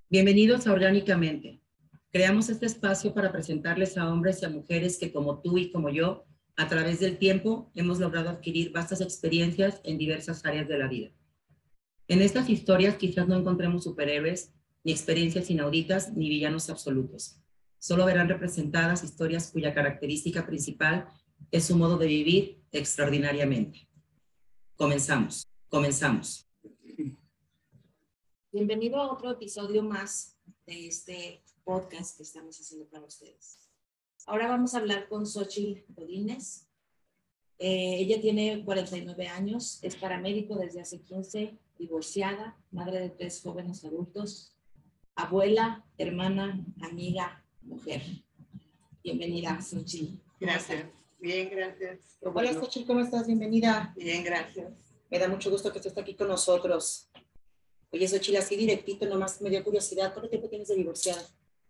Bienvenidos a Orgánicamente. Creamos este espacio para presentarles a hombres y a mujeres que, como tú y como yo, a través del tiempo hemos logrado adquirir vastas experiencias en diversas áreas de la vida. En estas historias quizás no encontremos superhéroes, ni experiencias inauditas, ni villanos absolutos. Solo verán representadas historias cuya característica principal es su modo de vivir extraordinariamente. Comenzamos. Bienvenido a otro episodio más de este podcast que estamos haciendo para ustedes. Ahora vamos a hablar con Xochitl Godínez. Ella tiene 49 años, es paramédico desde hace 15, divorciada, madre de 3 jóvenes adultos, abuela, hermana, amiga, mujer. Bienvenida, Xochitl. Gracias. Bien, gracias. Hola, Xochitl, ¿cómo estás? Bienvenida. Bien, gracias. Me da mucho gusto que estés aquí con nosotros. Oye, Xochitl, así directito, nomás me dio curiosidad. ¿Cuánto tiempo tienes de divorciada?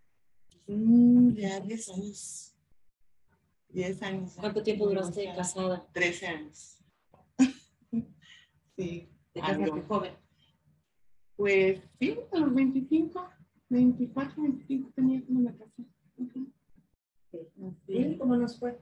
Ya 10 años. 10 años. ¿Cuánto tiempo duraste casada? 13 años. Sí. ¿Te casaste joven? Pues sí, a los 25, 24, 25 tenía cuando me casé. Sí, ¿cómo nos fue?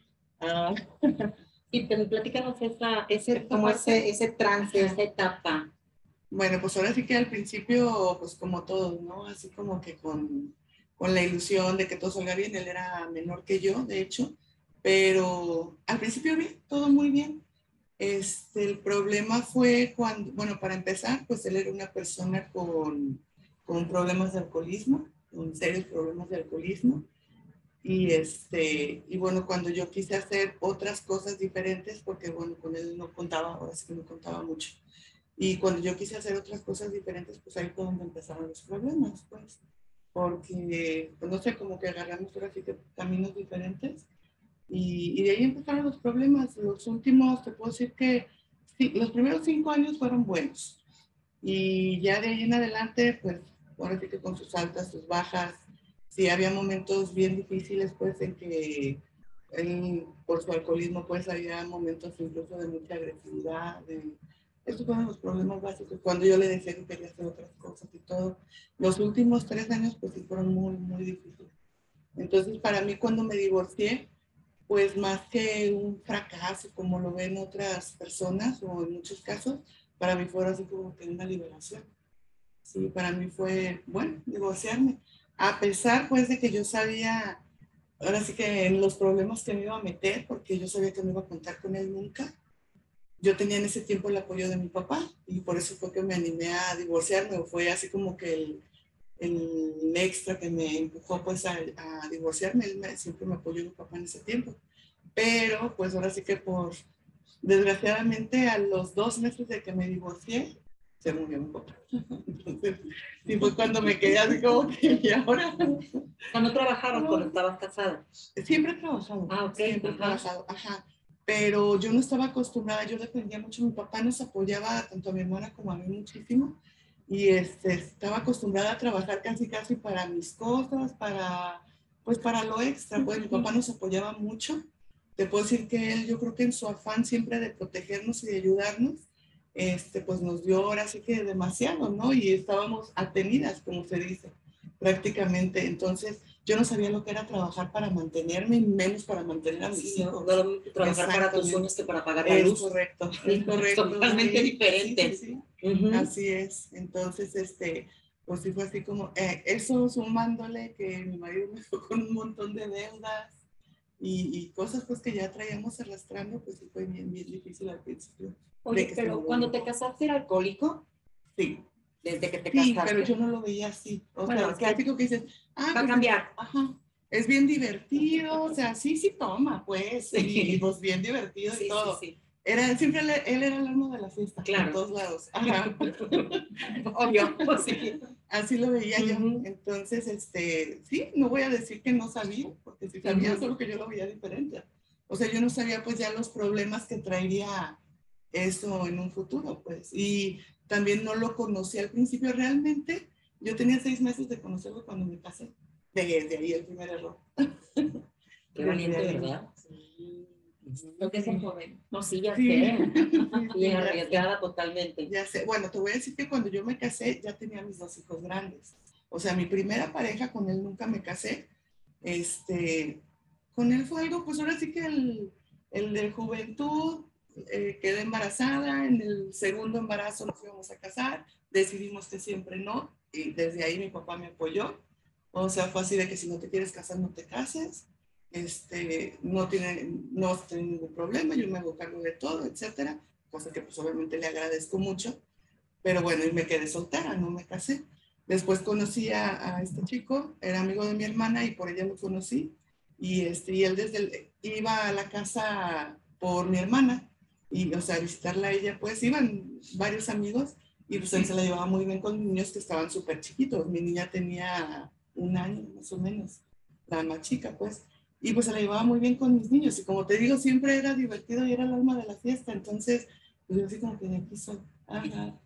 Y platícanos ese trance, esa etapa. Bueno, pues ahora sí que al principio, pues como todos, ¿no? Así como que con la ilusión de que todo salga bien. Él era menor que yo, de hecho, pero al principio bien, todo muy bien. El problema fue cuando, bueno, para empezar, pues él era una persona con problemas de alcoholismo, con serios problemas de alcoholismo. Y bueno, cuando yo quise hacer otras cosas diferentes, porque bueno, con él no contaba, ahora sí que no contaba mucho. Y cuando yo quise hacer otras cosas diferentes, pues ahí fue donde empezaron los problemas, pues. Porque, pues no sé, como que agarramos ahora sí que caminos diferentes. Y de ahí empezaron los problemas. Los últimos, te puedo decir que sí, los primeros 5 años fueron buenos. Y ya de ahí en adelante, pues, ahora sí que con sus altas, sus bajas, sí había momentos bien difíciles, pues, en que él, por su alcoholismo, pues, había momentos incluso de mucha agresividad. Estos fueron los problemas básicos. Cuando yo le decía que quería hacer otras cosas y todo. Los últimos 3 años, pues, sí fueron muy, muy difíciles. Entonces, para mí, cuando me divorcié, pues más que un fracaso, como lo ven otras personas o en muchos casos, para mí fue así como que una liberación. Sí, para mí fue, bueno, divorciarme. A pesar, pues, de que yo sabía, ahora sí que en los problemas que me iba a meter, porque yo sabía que no iba a contar con él nunca. Yo tenía en ese tiempo el apoyo de mi papá y por eso fue que me animé a divorciarme. Fue así como que el extra que me empujó pues a divorciarme. Siempre me apoyó mi papá en ese tiempo. Pero pues ahora sí que desgraciadamente a los 2 meses de que me divorcié, se murió mi papá. Entonces, sí fue cuando me quedé así como que, ¿y ahora? ¿No trabajabas cuando estabas casada? Siempre he trabajado. Ah, ok. Siempre he trabajado, ajá. Pero yo no estaba acostumbrada, yo dependía mucho, mi papá nos apoyaba tanto a mi hermana como a mí muchísimo. Y estaba acostumbrada a trabajar casi para mis cosas, pues para lo extra. Pues mi papá nos apoyaba mucho. Te puedo decir que él, yo creo que en su afán siempre de protegernos y de ayudarnos, pues nos dio ahora sí que demasiado, ¿no? Y estábamos atenidas, como se dice, prácticamente. Entonces, yo no sabía lo que era trabajar para mantenerme, menos para mantener a mis hijos. No, trabajar para tus sueños que para pagar la luz. Correcto, es correcto. Totalmente diferente. Sí. Así es. Entonces, pues sí fue así como, eso sumándole que mi marido me dejó con un montón de deudas y cosas pues que ya traíamos arrastrando, pues sí fue bien, bien difícil al principio. Oye, pero cuando te casaste era alcohólico. Sí. Desde que te casaste. Sí, pero yo no lo veía así. O sea, es clásico que dices, va a cambiar. Ajá. Es bien divertido, o sea, sí toma, pues. Sí. Y pues bien divertido y todo. Sí. Siempre él era el alma de la fiesta. Claro. En todos lados. Ajá. Obvio, pues sí. Así lo veía yo. Entonces, sí, no voy a decir que no sabía, porque sí sabía, solo que yo lo veía diferente. O sea, yo no sabía pues ya los problemas que traería eso en un futuro, pues. Y también no lo conocí al principio realmente. Yo tenía 6 meses de conocerlo cuando me casé. De ahí el primer error. Qué valiente, ¿verdad? Sí. Lo que es un joven. No, sí, ya sé. Y arriesgada totalmente. Ya sé. Bueno, te voy a decir que cuando yo me casé ya tenía mis 2 hijos grandes. O sea, mi primera pareja, con él nunca me casé. Con él fue algo, pues ahora sí que el de juventud, quedé embarazada, en el segundo embarazo nos íbamos a casar, decidimos que siempre no, y desde ahí mi papá me apoyó. O sea, fue así de que si no te quieres casar, no te cases, no tiene ningún problema, yo me hago cargo de todo, etcétera, cosa que pues obviamente le agradezco mucho, pero bueno, y me quedé soltera, no me casé. Después conocí a este chico, era amigo de mi hermana y por ella lo conocí, y él iba a la casa por mi hermana, y o sea, a visitarla a ella, pues iban varios amigos, y pues él se la llevaba muy bien con niños que estaban súper chiquitos. Mi niña tenía 1 año más o menos, la más chica pues, y pues se la llevaba muy bien con mis niños, y como te digo, siempre era divertido y era el alma de la fiesta, entonces pues yo así como que de aquí soy. Ajá.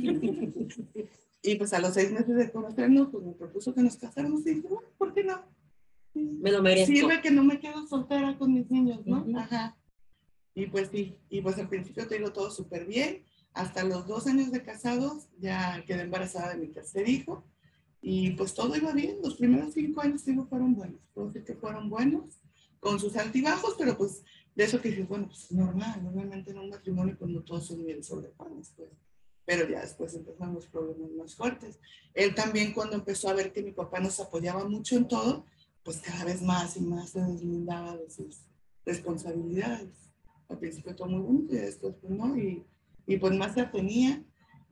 Y pues a los 6 meses de conocernos, pues me propuso que nos casáramos y dije, bueno, ¿por qué no? Me lo merezco. Sirve que no me quedo soltera con mis niños, ¿no? Uh-huh. Ajá. Y pues sí, y pues al principio te digo todo súper bien. Hasta los 2 años de casados ya quedé embarazada de mi tercer hijo. Y pues todo iba bien. Los primeros 5 años, digo, fueron buenos. Puedo decir que fueron buenos, con sus altibajos, pero pues de eso que dices, bueno, pues es normal. Obviamente en un matrimonio pues no todos son miel sobre panes, pues. Pero ya después empezaron los problemas más fuertes. Él también, cuando empezó a ver que mi papá nos apoyaba mucho en todo, pues cada vez más y más se deslindaba de sus responsabilidades. Al principio todo muy bonito y después pues no, y pues más se atenía.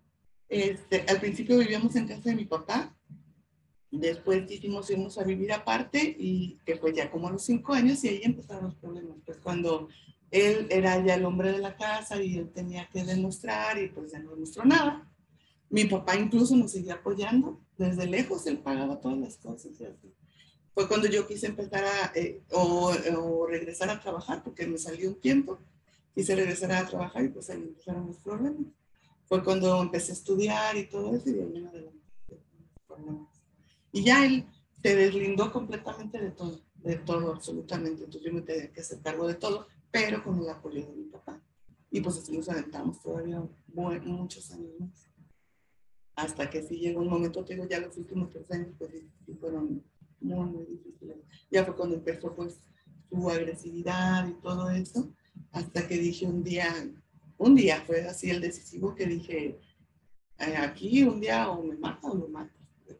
Al principio vivíamos en casa de mi papá, después quisimos irnos a vivir aparte, y que fue ya como a los 5 años, y ahí empezaron los problemas, pues cuando él era ya el hombre de la casa y él tenía que demostrar, y pues ya no demostró nada. Mi papá incluso nos seguía apoyando, desde lejos él pagaba todas las cosas y así. Fue cuando yo quise empezar o regresar a trabajar, porque me salió un tiempo, quise regresar a trabajar y pues ahí empezaron los problemas. Fue cuando empecé a estudiar y todo eso, y de ahí en adelante problemas. Y ya él se deslindó completamente de todo absolutamente. Entonces yo me tenía que hacer cargo de todo, pero con el apoyo de mi papá. Y pues así nos aventamos todavía muchos años más. Hasta que sí llegó un momento, te digo, ya los últimos 3 años, pues sí fueron muy, muy difíciles. Ya fue cuando empezó pues su agresividad y todo eso, hasta que dije un día fue así el decisivo, que dije, aquí un día o me mata o lo mata.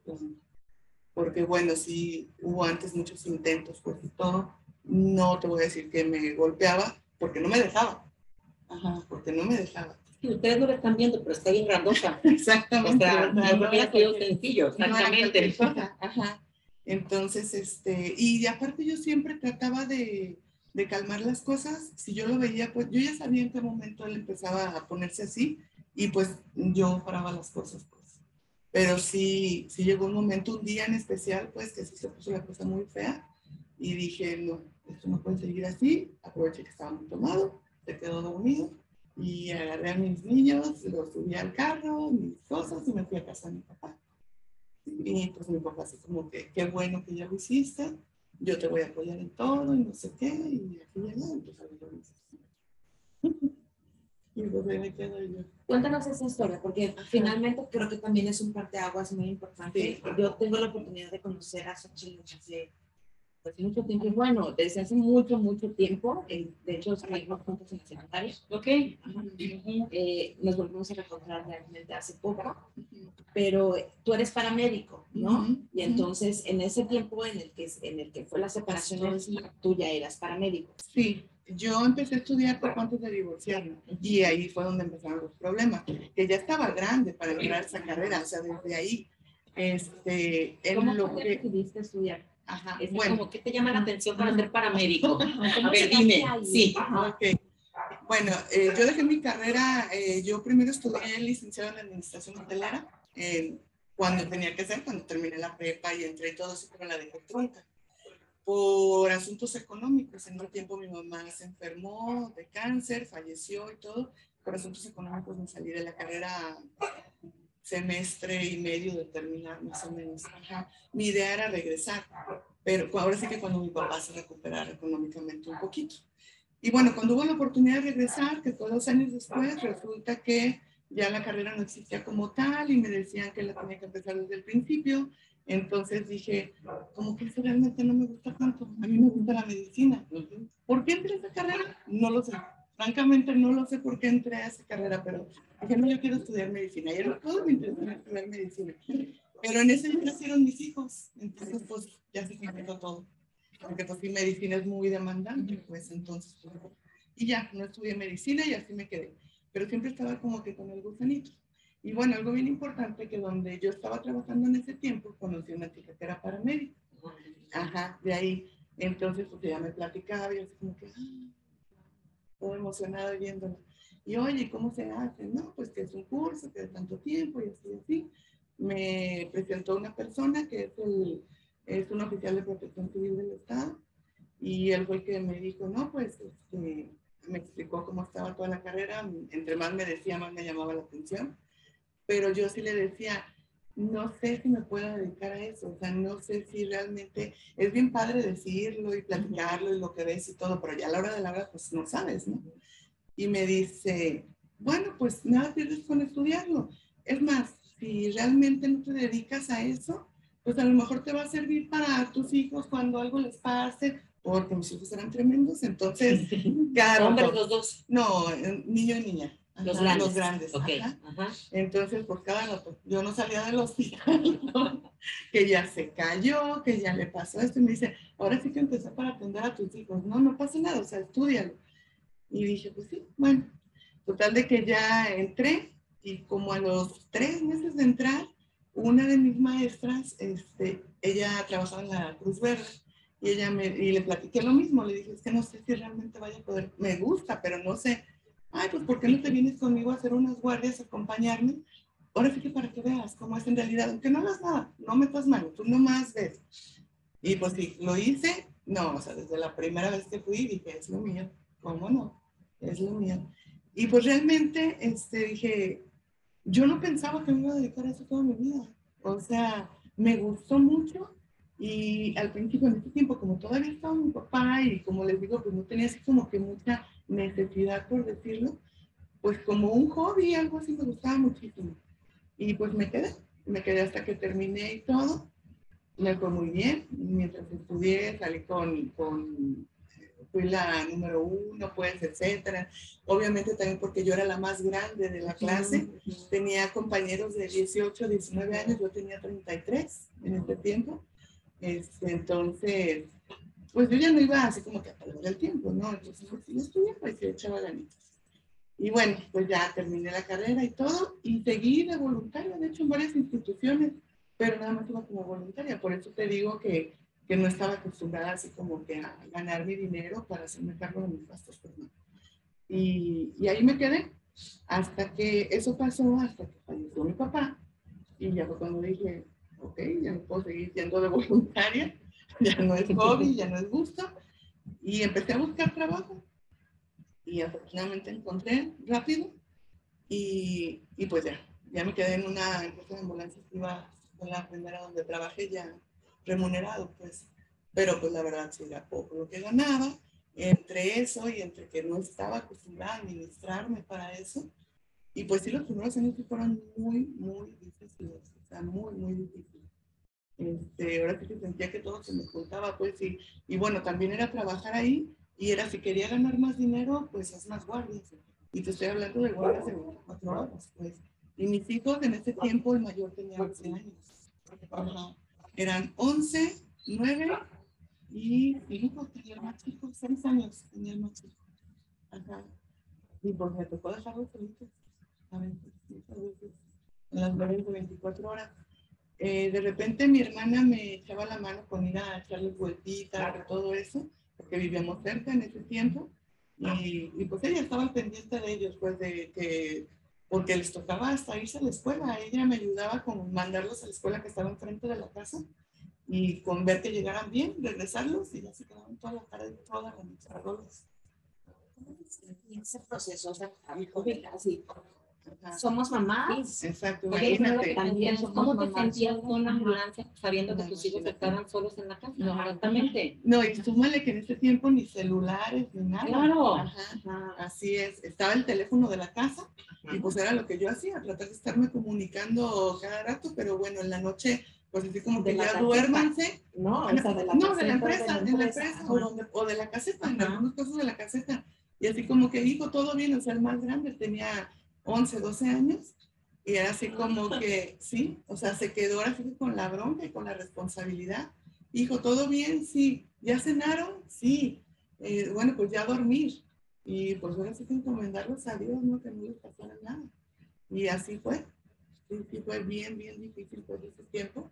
Porque bueno, sí hubo antes muchos intentos, pues y todo. No te voy a decir que me golpeaba, porque no me dejaba. Ajá, porque no me dejaba. Sí, ustedes no lo están viendo, pero está bien grandosa. Exactamente. O sea, no había sido sencillo, exactamente. Ajá. Entonces, y aparte yo siempre trataba de calmar las cosas. Si yo lo veía, pues yo ya sabía en qué momento él empezaba a ponerse así, y pues yo paraba las cosas, pues. Pero sí llegó un momento, un día en especial, pues que sí se puso la cosa muy fea, y dije, no, esto no puede seguir así. Aproveché que estaba muy tomado, se quedó dormido, y agarré a mis niños, los subí al carro, mis cosas, y me fui a casa de mi papá. Y pues mi papá así como que, qué bueno que ya lo hiciste, yo te voy a apoyar en todo, y no sé qué, y aquí llegó, y pues a ver lo hice. Y pues ahí me quedo yo. Cuéntanos esa historia, porque finalmente creo que también es un parteaguas muy importante. Sí. Yo tengo la oportunidad de conocer a Xochitl hace pues, mucho tiempo, bueno, desde hace mucho, mucho tiempo. De hecho, estuvimos juntos en la secundaria. Ok. Nos volvimos a reencontrar realmente hace poco, pero tú eres paramédico, ¿no? Y entonces, en ese tiempo en el que fue la separación, tú ya eras paramédico. Sí, yo empecé a estudiar poco antes de divorciarme, y ahí fue donde empezaron los problemas, que ya estaba grande para entrar a esa carrera, o sea, desde ahí. ¿Cómo lo que decidiste estudiar? Ajá, bueno. Como, ¿qué te llama la atención para ser paramédico? A ver, dime. Sí. Ok. Bueno, yo dejé mi carrera, yo primero estudié licenciado en Administración Hotelera, cuando tenía que ser, cuando terminé la prepa y entré y todo eso, pero la dejé trunca. Por asuntos económicos. En un tiempo mi mamá se enfermó de cáncer, falleció y todo. Por asuntos económicos me salí de la carrera semestre y medio de terminar, más o menos. Ajá. Mi idea era regresar, pero ahora sí que cuando mi papá se recuperara económicamente un poquito. Y bueno, cuando hubo la oportunidad de regresar, que fue 2 años después, resulta que ya la carrera no existía como tal, y me decían que la tenía que empezar desde el principio, Entonces dije, como que eso realmente no me gusta tanto. A mí me gusta la medicina. ¿Por qué entré a esa carrera? No lo sé. Francamente, no lo sé por qué entré a esa carrera, pero dije, no, yo quiero estudiar medicina. Y era todo me interesó estudiar medicina. Pero en ese ya nacieron mis hijos. Entonces, pues, ya se complicó todo. Porque, pues, sí, medicina es muy demandante, pues, entonces, pues, y ya, no estudié medicina y así me quedé. Pero siempre estaba como que con el gusanito. Y bueno, algo bien importante que donde yo estaba trabajando en ese tiempo, conocí a una chica que era paramédica. Ajá, de ahí. Entonces, pues ella me platicaba y así como que, todo emocionada viéndola. Y oye, ¿cómo se hace? No, pues que es un curso, que de tanto tiempo y así, así. Me presentó una persona que es un oficial de protección civil del Estado. Y él fue el que me dijo, no, pues, me explicó cómo estaba toda la carrera. Entre más me decía, más me llamaba la atención. Pero yo sí le decía, no sé si me puedo dedicar a eso, o sea, no sé si realmente, es bien padre decirlo y platicarlo y lo que ves y todo, pero ya a la hora de la hora, pues no sabes, ¿no? Y me dice, bueno, pues nada pierdes con estudiarlo. Es más, si realmente no te dedicas a eso, pues a lo mejor te va a servir para tus hijos cuando algo les pase, porque mis hijos eran tremendos, entonces, claro. ¿Hombres los dos? No, niño y niña. Ajá, los grandes. Los grandes. Okay. Ajá. Ajá. Entonces, pues cada rato, yo no salía del hospital, ¿no? Que ya se cayó, que ya le pasó esto, y me dice, ahora sí que empecé para atender a tus hijos. No, no pasa nada, o sea, estúdialo. Y dije, pues sí, bueno. Total de que ya entré, y como a los 3 meses de entrar, una de mis maestras, ella trabajaba en la Cruz Verde, y le platiqué lo mismo, le dije, es que no sé si realmente vaya a poder, me gusta, pero no sé. Ay, pues ¿por qué no te vienes conmigo a hacer unas guardias, a acompañarme? Ahora sí que para que veas cómo es en realidad, aunque no hagas nada, no metas mano, tú nomás ves. Y pues sí, lo hice, no, o sea, desde la primera vez que fui dije, es lo mío, ¿cómo no? Es lo mío. Y pues realmente dije, yo no pensaba que me iba a dedicar a eso toda mi vida. O sea, me gustó mucho y al principio, en este tiempo, como todavía estaba mi papá y como les digo, pues no tenía así como que mucha necesidad, por decirlo, pues como un hobby, algo así me gustaba muchísimo. Y pues me quedé hasta que terminé y todo. Me fue muy bien. Mientras estudié, salí fui la número 1, pues, etcétera. Obviamente también porque yo era la más grande de la clase. Tenía compañeros de 18, 19 años, yo tenía 33 en este tiempo. Entonces, pues yo ya no iba así como que a perder el tiempo, ¿no? Entonces, pues sí, estudiaba y se echaba ganitas. Y bueno, pues ya terminé la carrera y todo, y seguí de voluntaria, de hecho, en varias instituciones, pero nada más iba como voluntaria. Por eso te digo que no estaba acostumbrada así como que a ganar mi dinero para hacerme cargo de mis gastos. Pues no. Y ahí me quedé, hasta que eso pasó, hasta que falleció mi papá. Y ya fue cuando dije, ok, ya no puedo seguir yendo de voluntaria, ya no es hobby, ya no es gusto. Y empecé a buscar trabajo. Y afortunadamente encontré rápido y pues ya me quedé en una empresa de ambulancias que iba con la primera donde trabajé ya remunerado, pues, pero pues la verdad sí era poco lo que ganaba, entre eso y entre que no estaba acostumbrada a administrarme para eso, y pues sí los primeros años sí fueron muy, muy difíciles, o sea, muy, muy difíciles. Ahora sí que sentía que todo se me juntaba, pues, y bueno, también era trabajar ahí, y era si quería ganar más dinero, pues haz más guardias. Y te estoy hablando de guardias de 24 horas, pues. Y mis hijos en ese tiempo, el mayor tenía 11 años. Ajá. Eran 11, 9 y 5, tenía el más chico, 6 años tenía el más chico. Ajá. Y pues me tocó dejarlos solitos. A veces, en las guardias de 24 horas. De repente mi hermana me echaba la mano con ir a echarles vueltitas y todo eso, porque vivíamos cerca en ese tiempo, y pues ella estaba al pendiente de ellos, pues porque les tocaba hasta irse a la escuela, ella me ayudaba con mandarlos a la escuela que estaba enfrente de la casa, y con ver que llegaran bien, regresarlos, y ya se quedaban toda la tarde, toda la noche, todos. Y ese proceso, o sea, a mi joven, así, somos mamás. Sí, exacto, imagínate. También ¿Cómo te sentías con la ambulancia sabiendo que tus hijos estaban solos en la casa? No, exactamente. No, y súmale que en ese tiempo ni celulares ni nada. Claro. Ajá, así es. Estaba el teléfono de la casa y pues era lo que yo hacía, tratar de estarme comunicando cada rato, pero bueno, en la noche pues así como De que la ya tarjeta. duérmanse. No, esa de la No, de la caseta, empresa, o de la caseta, en algunos casos de la caseta. Y así como que dijo, todo bien, o sea, el más grande tenía 11, 12 años, y era así como que, sí, o sea, se quedó así con la bronca y con la responsabilidad. Dijo, ¿todo bien? Sí. ¿Ya cenaron? Sí. Bueno, pues ya a dormir. Y pues ahora sí que encomendarlos a Dios, ¿no? Que no les pasara nada. Y así fue. Sí, sí fue bien, bien difícil por ese tiempo.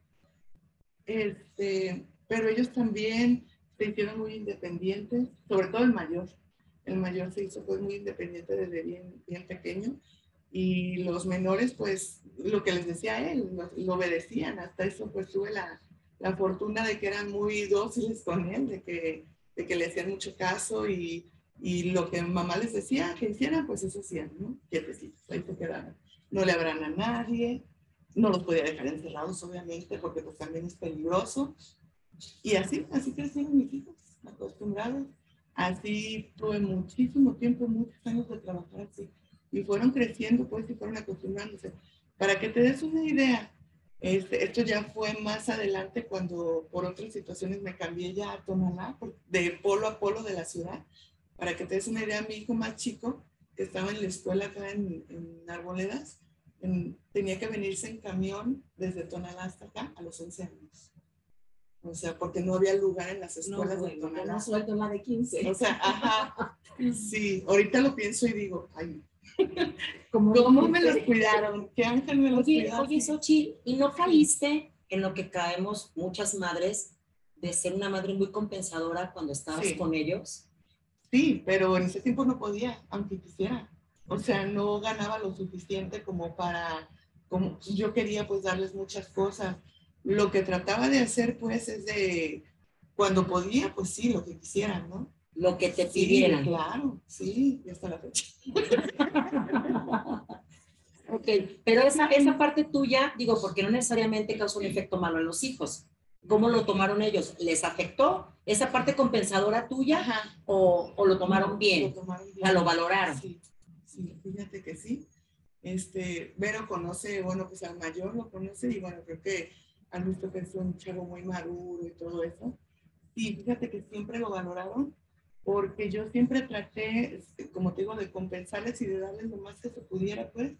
Pero ellos también se hicieron muy independientes, sobre todo el mayor. El mayor se hizo pues muy independiente desde bien, bien pequeño, y los menores pues lo que les decía él, lo obedecían. Hasta eso pues tuve la fortuna de que eran muy dóciles con él, de que le hacían mucho caso, y lo que mamá les decía que hicieran, pues eso hacían, ¿no? Quietecitos, ahí se quedaban. No le hablan a nadie, no los podía dejar encerrados, obviamente, porque pues también es peligroso. Y así crecieron mis hijos, acostumbrados. Así tuve muchísimo tiempo, muchos años de trabajar así. Y fueron creciendo, pues, y fueron acostumbrándose. Para que te des una idea, esto ya fue más adelante cuando por otras situaciones me cambié ya a Tonalá, de polo a polo de la ciudad. Para que te des una idea, mi hijo más chico, que estaba en la escuela acá en Arboledas, tenía que venirse en camión desde Tonalá hasta acá a los 11 años. O sea, porque no había lugar en las escuelas de Tonalá. No suelto la de 15. O sea, ajá, sí, ahorita lo pienso y digo, ay, ¿Cómo me los cuidaron? ¿Qué ángel me los cuidaron? Oye, Xochitl, ¿y no caíste en lo que caemos muchas madres de ser una madre muy compensadora cuando estabas Sí. con ellos? Sí, pero en ese tiempo no podía, aunque quisiera. O sea, no ganaba lo suficiente como como yo quería pues darles muchas cosas. Lo que trataba de hacer pues es cuando podía, pues sí, lo que quisieran, ¿no? Lo que te Sí, pidieran. claro, sí, y hasta la fecha. Ok, pero esa parte tuya, digo, porque no necesariamente causa un efecto malo en los hijos. ¿Cómo lo tomaron ellos? ¿Les afectó esa parte compensadora tuya? Ajá. O lo tomaron bien? Lo tomaron bien. O sea, lo valoraron. Sí, sí, fíjate que sí. Vero conoce, bueno, pues al mayor lo conoce, y bueno, creo que han visto que es un chavo muy maduro y todo eso. Sí, fíjate que siempre lo valoraron, porque yo siempre traté, como te digo, de compensarles y de darles lo más que se pudiera, pues,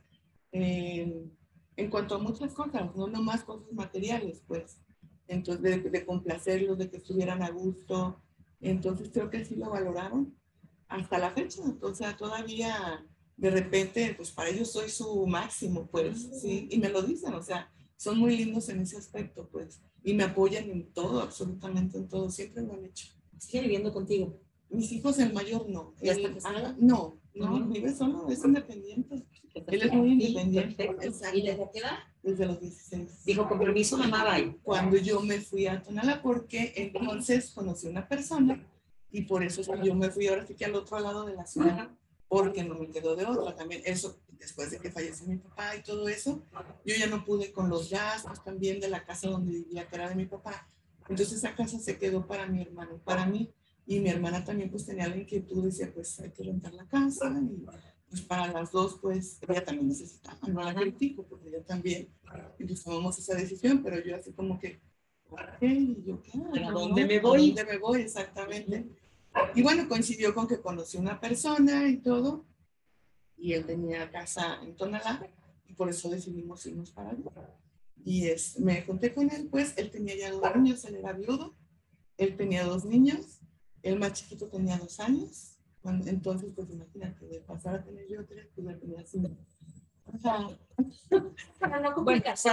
en cuanto a muchas cosas, no nomás cosas materiales, pues. Entonces, de complacerlos, de que estuvieran a gusto. Entonces, creo que sí lo valoraron hasta la fecha. O sea, todavía de repente, pues para ellos soy su máximo, pues, sí. Y me lo dicen, o sea, son muy lindos en ese aspecto, pues. Y me apoyan en todo, absolutamente en todo. Siempre lo han hecho. ¿Sigue viviendo contigo? Mis hijos, el mayor no. ¿Ya está casado? No, vive solo, es independiente. Él es muy independiente. Perfecto. ¿Y desde qué edad? Desde los 16. Dijo, con permiso, mamá, bye. Cuando yo me fui a Tonalá, porque entonces conocí a una persona, y por eso yo me fui ahora sí que al otro lado de la ciudad, porque no me quedó de otra. También eso, después de que falleció mi papá y todo eso, yo ya no pude con los gastos también de la casa donde vivía, que era de mi papá. Entonces esa casa se quedó para mi hermano, para mí. Y mi hermana también pues tenía la inquietud, decía, pues hay que rentar la casa, y pues para las dos pues ella también necesitaba, no la critico porque ella también. Y pues tomamos esa decisión, pero yo así como que, ok, y yo qué, ¿A dónde me voy? ¿A dónde me voy? Exactamente. Y bueno, coincidió con que conocí una persona y todo, y él tenía casa en Tonalá, y por eso decidimos irnos para allá. Y me junté con él, pues él tenía ya 2 niños, él era viudo, él tenía 2 niños, el más chiquito tenía 2 años, entonces pues imagínate, de pasar a tener yo 3, pues ya tenía 5. O sea, Para no complicarse,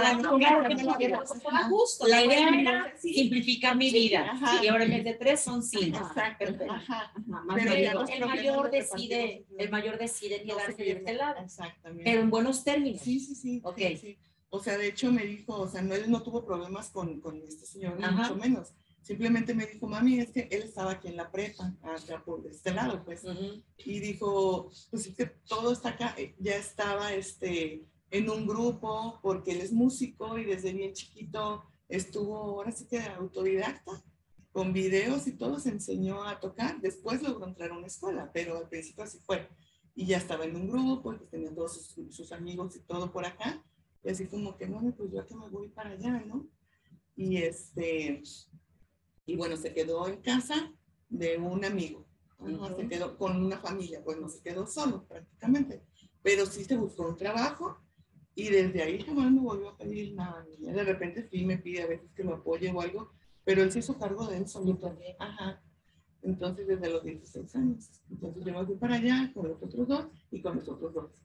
para justo. La idea era simplificar mi vida. Ajá. Y ahora en vez de 3 son 5. Exacto. Perfecto. Ajá. Pero ya los el problemas mayor los decide repartimos. quedarse de este lado. Exactamente. Pero en buenos términos. Sí. Ok. Sí. O sea, de hecho me dijo, o sea, él no tuvo problemas con este señor, ni Ajá. mucho menos. Simplemente me dijo, mami, es que él estaba aquí en la prepa, acá por este lado, pues. Y dijo, pues es que todo está acá. Ya estaba en un grupo, porque él es músico y desde bien chiquito estuvo, ahora sí que autodidacta, con videos y todo, se enseñó a tocar. Después logró entrar a una escuela, pero al principio así fue. Y ya estaba en un grupo, pues tenía todos sus amigos y todo por acá. Y así como que, bueno, pues yo que me voy para allá, ¿no? y y bueno, se quedó en casa de un amigo. Se quedó con una familia, pues no se quedó solo prácticamente, pero sí se buscó un trabajo y desde ahí jamás me volvió a pedir nada. De repente sí me pide a veces que lo apoye o algo, pero él se hizo cargo de él solito. Ajá. Entonces desde los 16 años. Entonces yo me fui para allá con los otros dos y con los otros dos.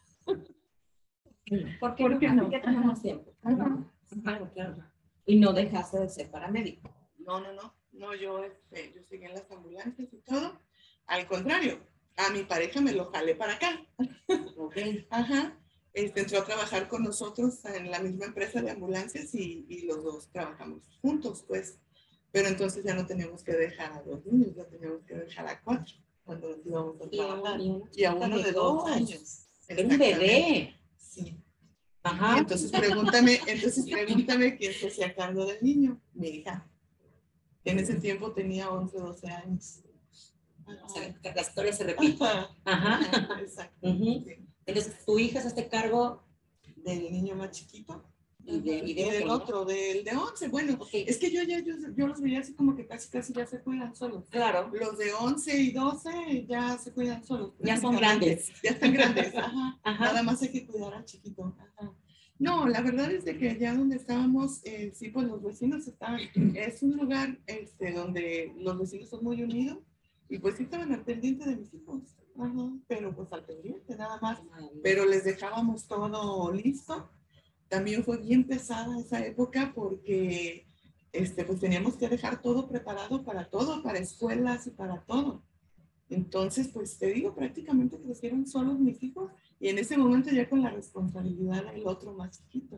¿Por qué no? Porque tenemos tiempo. Claro, claro. Y no dejaste de ser paramédico. No, yo seguí en las ambulancias y todo. Al contrario, a mi pareja me lo jalé para acá. Okay. Ajá. Entró a trabajar con nosotros en la misma empresa de ambulancias y los dos trabajamos juntos, pues. Pero entonces ya no teníamos que dejar a 2 niños, ya teníamos que dejar a 4 cuando nos íbamos a trabajar. Y a uno de 2 años. Era un bebé. Sí. Ajá. Y entonces pregúntame quién se hacía cargo del niño. Mi hija. En ese tiempo tenía 11, 12 años. O sea, la historia se repite. Ajá. Exacto. Sí. Entonces, tu hija se hace cargo del niño más chiquito. y del otro, del de 11. Bueno, es que yo los veía así como que casi ya se cuidan solos. Claro. Los de 11 y 12 ya se cuidan solos. Ya son grandes. Ya están grandes. Ajá. Ajá. Nada más hay que cuidar al chiquito. Ajá. No, la verdad es de que allá donde estábamos, sí, pues los vecinos estaban, es un lugar donde los vecinos son muy unidos y pues sí estaban al pendiente de mis hijos. Ajá. Pero pues al pendiente nada más. Pero les dejábamos todo listo. También fue bien pesada esa época porque pues teníamos que dejar todo preparado para todo, para escuelas y para todo. Entonces, pues te digo, prácticamente crecieron solos mis hijos y en ese momento ya con la responsabilidad del otro más chiquito.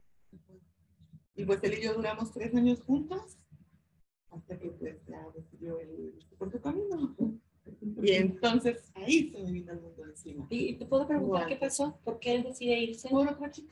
Y pues él y yo duramos 3 años juntos hasta que pues ya decidió él por su camino. Y entonces ahí se me vino el mundo encima. ¿Y te puedo preguntar qué pasó? ¿Por qué él decide irse? Por otra chica.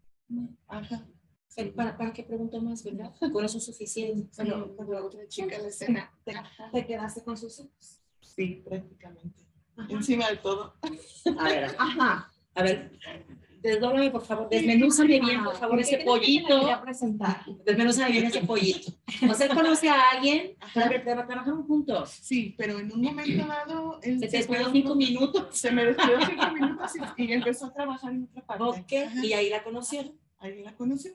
Ajá. ¿Para qué pregunto más, verdad? Con eso es suficiente. Bueno, por la otra chica la escena. ¿Te quedaste con sus hijos? Sí, prácticamente. Ajá. Encima de todo. A ver, ajá. A ver, desdóblame, por favor. Desmenúzame bien, por favor, ese pollito. Desmenúzame bien ese pollito. ¿Usted conoce a alguien? A ver, trabajaron juntos. Sí, pero en un momento dado... Se te descuidó 5 minutos. Se me descuidó 5 minutos y empezó a trabajar en otra parte. Ok, ajá. Y ahí la conoció. Ahí la conoció.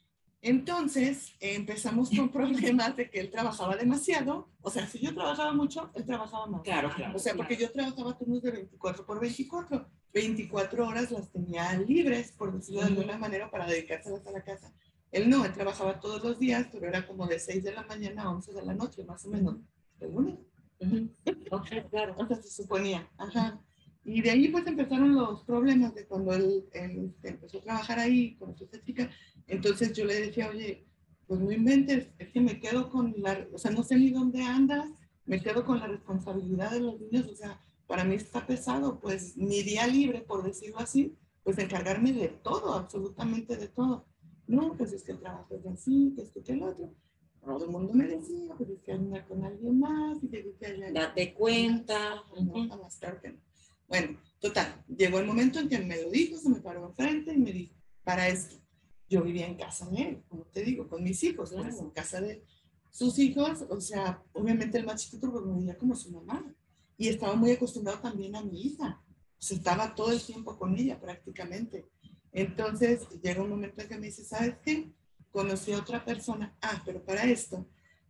Entonces empezamos con problemas de que él trabajaba demasiado. O sea, si yo trabajaba mucho, él trabajaba más. Claro, claro. O sea, porque yo trabajaba turnos de 24 por 24. 24 horas las tenía libres, por decirlo de alguna manera, para dedicárselas a la casa. Él no, él trabajaba todos los días, pero era como de 6 de la mañana a 11 de la noche, más o menos. ¿Según? Okay, claro. O sea, se suponía. Ajá. Y de ahí pues empezaron los problemas de cuando él empezó a trabajar ahí con esta chica. Entonces yo le decía, oye, pues no inventes, es que me quedo con o sea, no sé ni dónde andas, me quedo con la responsabilidad de los niños, o sea, para mí está pesado, pues mi día libre, por decirlo así, pues encargarme de todo, absolutamente de todo. No, pues es que el trabajo es así, que esto, que el otro. Todo el mundo me decía, pues es que anda con alguien más, y que allá. Date cuenta. No, más claro que no. Bueno, total, llegó el momento en que me lo dijo, se me paró enfrente y me dijo, para esto, yo vivía en casa de él, como te digo, con mis hijos, claro. Pues, en casa de sus hijos, o sea, obviamente el más chiquito pues me veía como su mamá, y estaba muy acostumbrado también a mi hija, o sea, estaba todo el tiempo con ella prácticamente. Entonces, llega un momento en que me dice, ¿sabes qué? Conocí a otra persona, pero para esto,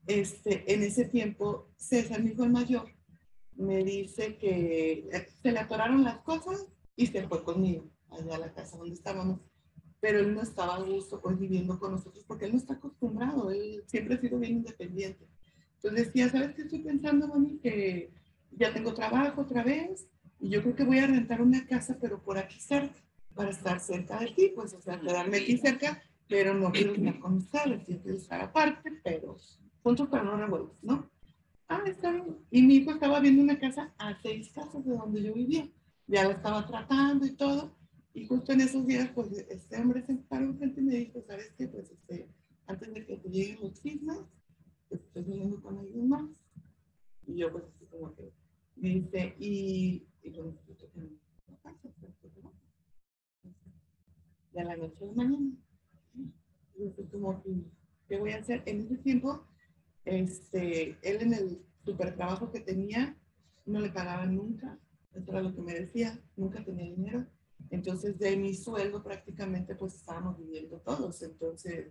en ese tiempo, César, mi hijo el mayor, me dice que se le atoraron las cosas y se fue conmigo allá a la casa donde estábamos. Pero él no estaba a gusto pues viviendo con nosotros porque él no está acostumbrado, él siempre ha sido bien independiente. Entonces decía, ¿sabes qué estoy pensando, mami? Que ya tengo trabajo otra vez y yo creo que voy a rentar una casa, pero por aquí cerca, para estar cerca de ti, pues, o sea, quedarme aquí cerca, pero no quiero estar con ustedes, quiero estar aparte, pero juntos pero no revueltos, ¿no? Está bien. Y mi hijo estaba viendo una casa a 6 casas de donde yo vivía. Ya la estaba tratando y todo. Y justo en esos días, pues, este hombre se paró enfrente y me dijo, ¿sabes qué? Pues, antes de que te lleguen los chismes, pues, estoy viviendo con alguien más. Y yo, pues, así como que, dice, y pues, necesito que no pase, ¿no? De la noche a la mañana. Y yo, como que, ¿qué voy voy a hacer? En ese tiempo, él en el super trabajo que tenía, no le pagaban nunca, eso era lo que me decía, nunca tenía dinero. Entonces, de mi sueldo prácticamente, pues estábamos viviendo todos. Entonces,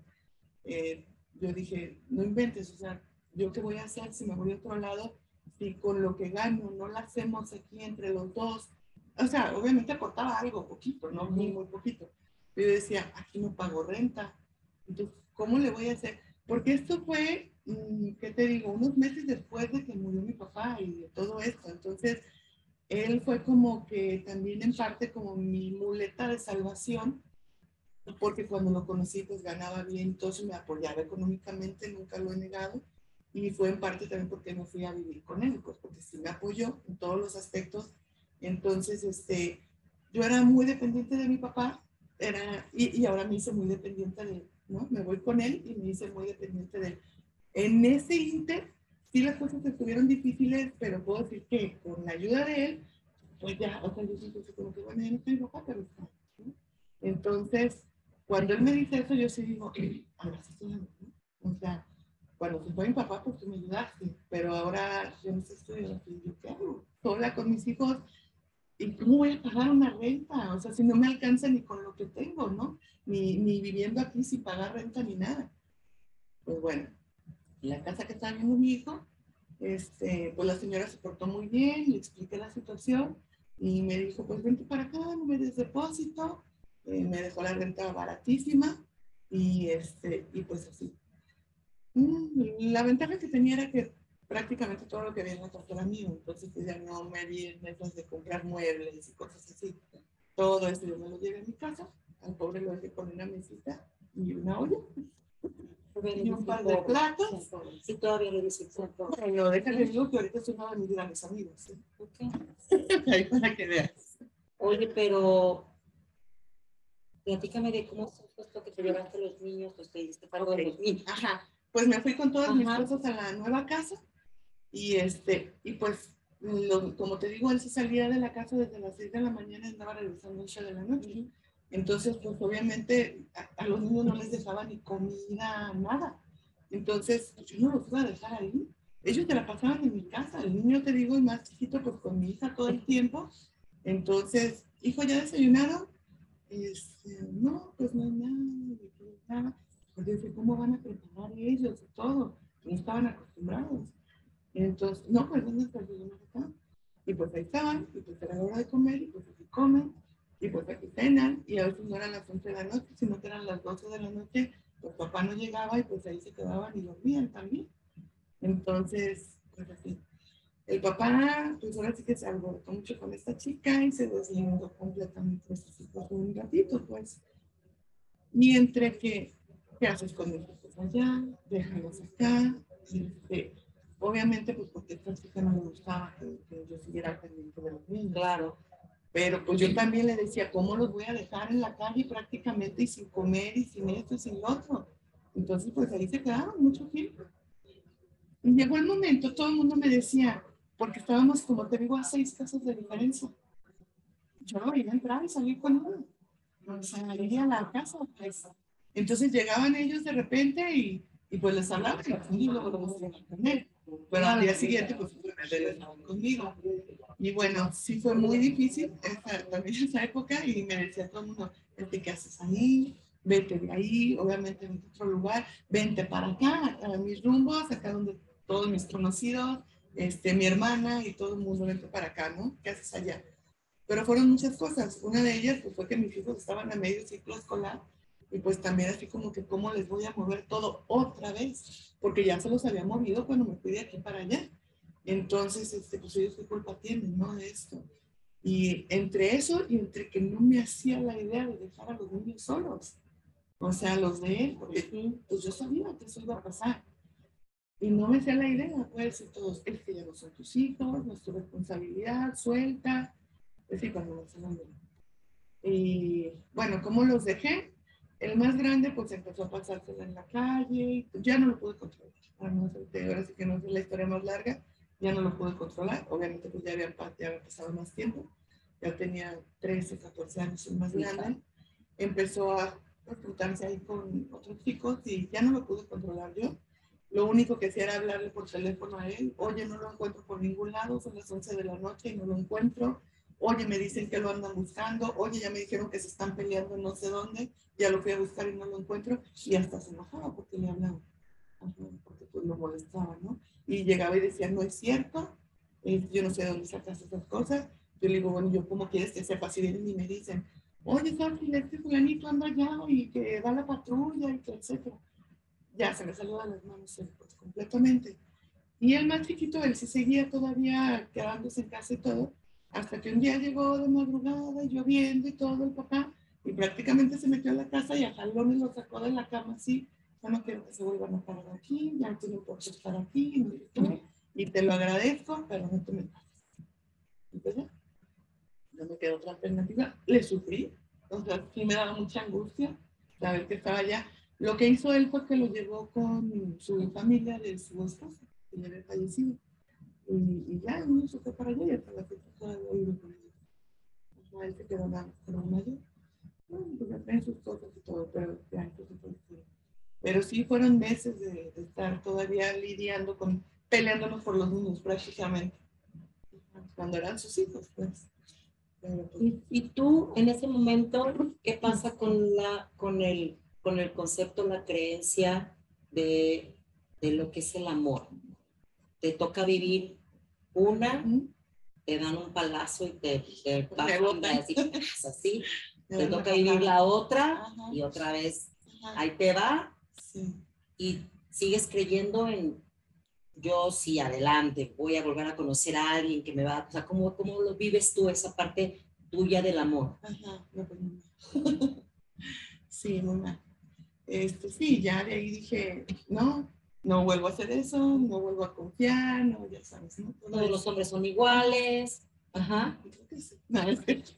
yo dije, no inventes, o sea, ¿yo qué voy a hacer si me voy a otro lado? Si con lo que gano no lo hacemos aquí entre los dos. O sea, obviamente aportaba algo, poquito, no muy, muy poquito. Pero yo decía, aquí no pago renta. Entonces, ¿cómo le voy a hacer? Porque esto fue, ¿qué te digo? Unos meses después de que murió mi papá y de todo esto. Entonces, él fue como que también en parte como mi muleta de salvación, porque cuando lo conocí pues ganaba bien, entonces me apoyaba económicamente, nunca lo he negado, y fue en parte también porque no fui a vivir con él, pues porque sí me apoyó en todos los aspectos. Entonces, yo era muy dependiente de mi papá, y ahora me hice muy dependiente de él, ¿no? Me voy con él y me hice muy dependiente de él. En ese inter, sí las cosas estuvieron difíciles, pero puedo decir que con la ayuda de él, pues ya, o sea, yo siento como que, bueno, ya no estoy papá, pero está, ¿no? Entonces, cuando él me dice eso, yo sí digo, ahora sí estoy, ¿no? O sea, cuando se fue mi papá, pues tú me ayudaste, pero ahora yo no sé, estoy, ¿yo qué hago? Sola con mis hijos, ¿y cómo voy a pagar una renta? O sea, si no me alcanza ni con lo que tengo, ¿no? Ni viviendo aquí sin pagar renta ni nada. Pues bueno, en la casa que estaba viendo mi hijo, pues la señora se portó muy bien, le expliqué la situación y me dijo, pues vente para acá, no me des depósito, me dejó la renta baratísima y pues así. La ventaja que tenía era que prácticamente todo lo que había en la casa era mío, entonces pues ya no me vi en esas de comprar muebles y cosas así. Todo eso yo me lo llevé a mi casa, al pobre lo dejé con una mesita y una olla. Y un par de platos. Sí, todavía le dice. Bueno, déjale digo que ahorita es uno de mis grandes amigos. Ahí para que veas. Oye, pero platícame de cómo fue esto que te llevaste a los niños, pues te diste cargo de los niños. Ajá. Pues me fui con todas mis Ajá. cosas a la nueva casa y pues como te digo, él se salía de la casa desde las 6 de la mañana y andaba regresando a 8 de la noche. Entonces, pues obviamente a los niños no les dejaba ni comida, nada. Entonces, pues, yo no los iba a dejar ahí. Ellos te la pasaban en mi casa. El niño, te digo, el más chiquito, pues con mi hija todo el tiempo. Entonces, hijo, ¿ya desayunaron? No, pues no hay nada. Pues yo dije, ¿cómo van a preparar ellos y todo? No estaban acostumbrados. Entonces, no, pues ¿dónde está el acá? Y pues ahí estaban, y pues era la hora de comer, y pues aquí comen, y pues aquí cenan, y a veces no eran las 11 de la noche, sino que eran las 12 de la noche, pues papá no llegaba y pues ahí se quedaban y dormían también. Entonces, pues así. El papá, pues ahora sí que se alborotó mucho con esta chica y se deslindó completamente de sus hijos un ratito, pues. Y entre que, ¿qué haces con mis hijos allá? Déjalos acá. Obviamente, pues porque a esta chica no me gustaba que yo siguiera pendiente de los niños. Claro. Pero pues yo también le decía, ¿cómo los voy a dejar en la calle prácticamente y sin comer y sin esto y sin lo otro? Entonces, pues ahí se quedaron mucho tiempo. Y llegó el momento, todo el mundo me decía, porque estábamos, como te digo, a 6 casas de diferencia. Yo no iba a entrar y salir con uno. O sea, iría a la casa. Pues. Entonces llegaban ellos de repente y pues les hablaba y luego los iban a comer. Pero al día siguiente, pues regresaban conmigo. Y bueno, sí fue muy difícil también esa época y me decía todo el mundo, ¿qué haces ahí? Vete de ahí, obviamente en otro lugar, vente para acá, a mis rumbos, acá donde todos mis conocidos, mi hermana y todo el mundo, vente para acá, ¿no? ¿Qué haces allá? Pero fueron muchas cosas. Una de ellas pues, fue que mis hijos estaban a medio ciclo escolar y pues también así como que cómo les voy a mover todo otra vez, porque ya se los había movido cuando me fui de aquí para allá. Entonces, pues ellos qué culpa tienen, ¿no? De esto. Y entre eso y entre que no me hacía la idea de dejar a los niños solos, o sea, los de él, porque pues yo sabía que eso iba a pasar. Y no me hacía la idea, pues, y todos, es que ya no son tus hijos, no es tu responsabilidad, suelta. Es decir, cuando me salieron. Y bueno, ¿cómo los dejé? El más grande, pues empezó a pasársela en la calle, ya no lo pude controlar. Ahora sí que no es la historia más larga, ya no lo pude controlar. Obviamente, pues ya había pasado más tiempo, ya tenía 13, 14 años, el más grande. Empezó a pues, juntarse ahí con otros chicos y ya no lo pude controlar yo. Lo único que hacía era hablarle por teléfono a él. Oye, no lo encuentro por ningún lado, son las 11 de la noche y no lo encuentro. Oye, me dicen que lo andan buscando. Oye, ya me dijeron que se están peleando en no sé dónde. Ya lo fui a buscar y no lo encuentro. Y hasta se enojaba porque le hablaba. Porque pues lo molestaba, ¿no? Y llegaba y decía, no es cierto. Yo no sé de dónde sacas esas cosas. Yo le digo, bueno, ¿yo cómo quieres que sepa? Si vienen y me dicen, oye, Sofi, este fulanito anda allá y que va a la patrulla y que etcétera. Ya se me salió de las manos pues, completamente. Y el más chiquito, él sí seguía todavía quedándose en casa y todo, hasta que un día llegó de madrugada, lloviendo y todo el papá, y prácticamente se metió a la casa y a jalones lo sacó de la cama así, ya no quiero que se vuelvan a parar aquí, ya no tienen por qué estar aquí, no sé qué, y te lo agradezco, pero no te me pases. Entonces, no me quedó otra alternativa, le sufrí, o sea, sí me daba mucha angustia saber que estaba allá. Lo que hizo él fue que lo llevó con su familia de su esposa, que ya había fallecido. Y ya, uno se fue para allá y hasta la fecha todavía vive con ellos. O sea, él se quedó con un mayor. Bueno, pues ya traen sus cosas y todo, pero ya entonces fue. Pero sí fueron meses de estar todavía lidiando con, peleándonos por los niños prácticamente. Cuando eran sus hijos, pues. Pero, pues Y tú, en ese momento, ¿qué pasa con el concepto, la creencia de lo que es el amor? Te toca vivir una, te dan un palazo y te bajan así. Te toca vivir la otra. Ajá. Y otra vez, ajá, ahí te va. Sí. Y sigues creyendo en, yo sí, adelante, voy a volver a conocer a alguien que me va, o sea, ¿cómo lo vives tú, esa parte tuya del amor? Ajá, no, pues no. Sí, muy mal. Sí, ya de ahí dije, no vuelvo a hacer eso, no vuelvo a confiar, no, ya sabes, ¿no? Todos los hombres son iguales. Ajá. Creo que sí. No, es cierto.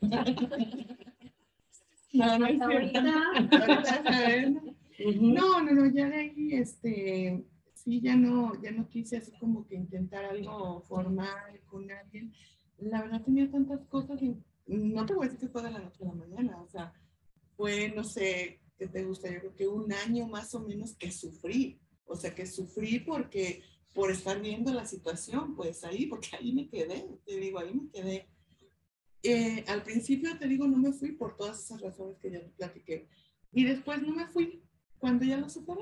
No, no es cierto. Ahorita saben. No, ya de ahí, sí, ya no quise así como que intentar algo formal con alguien. La verdad tenía tantas cosas y no te voy a decir que fue de la noche a la mañana, o sea, fue, no sé, ¿qué te gusta? Yo creo que un año más o menos que sufrí, o sea, que sufrí porque, por estar viendo la situación, pues ahí, porque ahí me quedé, te digo, ahí me quedé. Al principio, te digo, no me fui por todas esas razones que ya te platiqué. Y después no me fui cuando ya lo superé.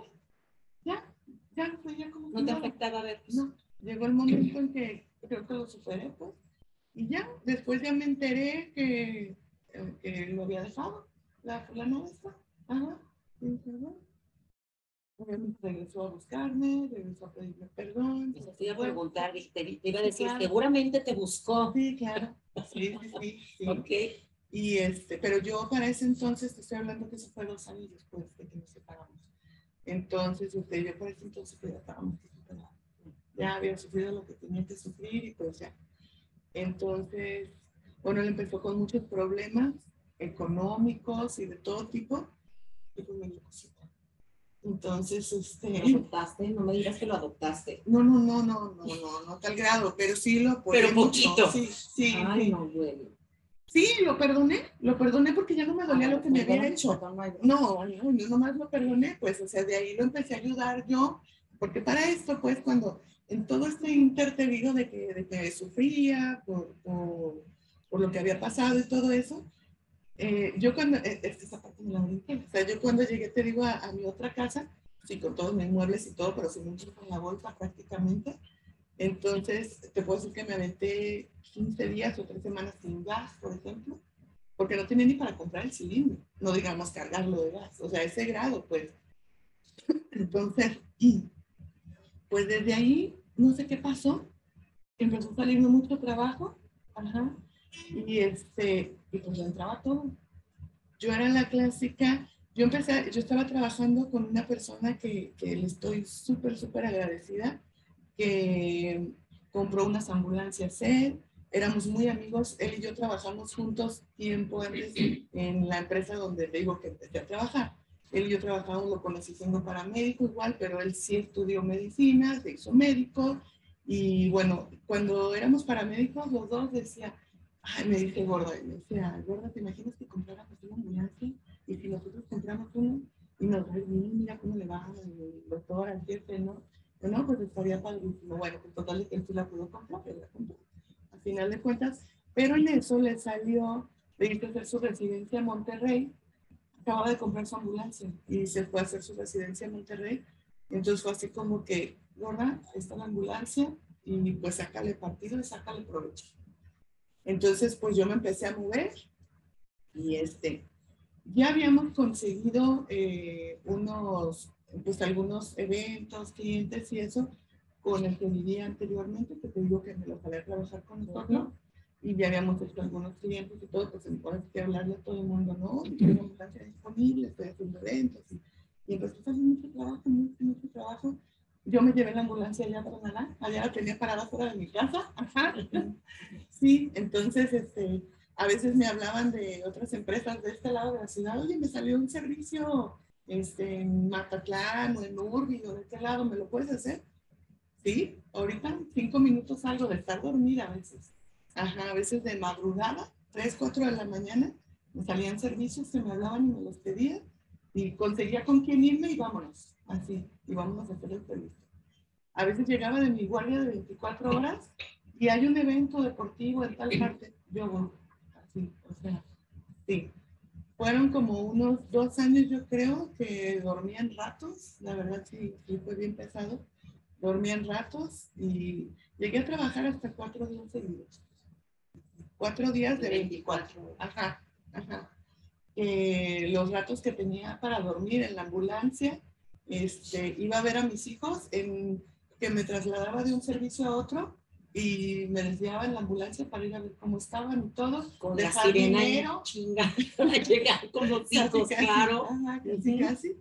Ya fue ya como... ¿No te afectaba verlos? No, llegó el momento en que creo que lo superé, pues. Y ya, después ya me enteré que lo había dejado, la esta. Ajá. Y dije, bueno. Obviamente regresó a buscarme, regresó a pedirme perdón. Eso te iba a preguntar, te iba a decir, claro, seguramente te buscó. Sí, claro. Sí. Ok. Y pero yo para ese entonces, te estoy hablando que eso fue 2 años después de que nos separamos. Entonces, yo para ese entonces pues, ya estábamos separados. Ya había sufrido lo que tenía que sufrir y pues ya. Entonces, bueno, él empezó con muchos problemas económicos y de todo tipo. Y pues me dio cosita. Entonces, ¿Lo adoptaste? No me digas que lo adoptaste. No tal grado, pero sí lo apoyé. Pero poquito. Sí. Ay, no, bueno. Sí, lo perdoné porque ya no me dolía lo que me había hecho. No, nomás lo perdoné, pues, o sea, de ahí lo empecé a ayudar yo, porque para esto, pues, cuando en todo este inter te digo de que sufría por lo que había pasado y todo eso, yo cuando, esta parte me la brinqué, o sea, yo cuando llegué, te digo, a mi otra casa, sí, con todos mis muebles y todo, pero sin mucho con la bolsa prácticamente, entonces te puedo decir que me aventé 15 días o 3 semanas sin gas, por ejemplo, porque no tenía ni para comprar el cilindro, no digamos cargarlo de gas, o sea, ese grado, pues. Entonces, pues desde ahí, no sé qué pasó, empezó a salirme mucho trabajo, ajá, y pues yo entraba todo. Yo era la clásica, yo estaba trabajando con una persona que le estoy súper agradecida, que compró unas ambulancias él, éramos muy amigos, él y yo trabajamos juntos tiempo antes en la empresa donde te digo que empecé a trabajar. Él y yo trabajamos, lo conocí siendo paramédico igual, pero él sí estudió medicina, se hizo médico, y bueno, cuando éramos paramédicos los dos decía, ay, me dice gorda, y me decía, gorda, ¿te imaginas que compráramos una ambulancia? Y si nosotros compramos uno y nos reunimos, mira cómo le va el doctor al jefe, ¿no? Bueno, pues estaría padrísimo. Bueno, pues total de que él sí la pudo comprar, él la compró. Al final de cuentas, pero en eso le salió, le hizo hacer su residencia en Monterrey, acababa de comprar su ambulancia y se fue a hacer su residencia en Monterrey. Entonces fue así como que, gorda, está la ambulancia y pues sácale partido y sácale provecho. Entonces pues yo me empecé a mover y ya habíamos conseguido pues algunos eventos, clientes y eso con el que vivía anteriormente, que te digo que me lo salí a trabajar con nosotros. Y ya habíamos hecho algunos clientes y todo, pues entonces que hablarle a todo el mundo, ¿no? Y tengo ambulancia disponible, estoy haciendo eventos. Y empezó a hacer mucho trabajo. Yo me llevé la ambulancia allá a Granada, allá la tenía parada fuera de mi casa. Ajá. Sí, entonces, a veces me hablaban de otras empresas de este lado de la ciudad, oye, me salió un servicio en Mazatlán o en Urbi o de este lado, ¿me lo puedes hacer? Sí, ahorita 5 minutos salgo de estar dormida a veces. Ajá, a veces de madrugada, 3, 4 de la mañana, me salían servicios que me hablaban y me los pedían y conseguía con quién irme y vámonos, así, y vámonos a hacer el servicio. A veces llegaba de mi guardia de 24 horas y hay un evento deportivo en tal parte, yo voy, así, o sea, sí. Fueron como unos 2 años, yo creo, que dormía en ratos, la verdad sí fue bien pesado. Dormía en ratos y llegué a trabajar hasta 4 días seguidos. 4 días de 24. Ajá, ajá. Los ratos que tenía para dormir en la ambulancia, iba a ver a mis hijos, que me trasladaba de un servicio a otro y me desviaba en la ambulancia para ir a ver cómo estaban y todo. Con la sirena dinero. Chinga, para llegar con los hijos, casi, claro. Ajá, casi.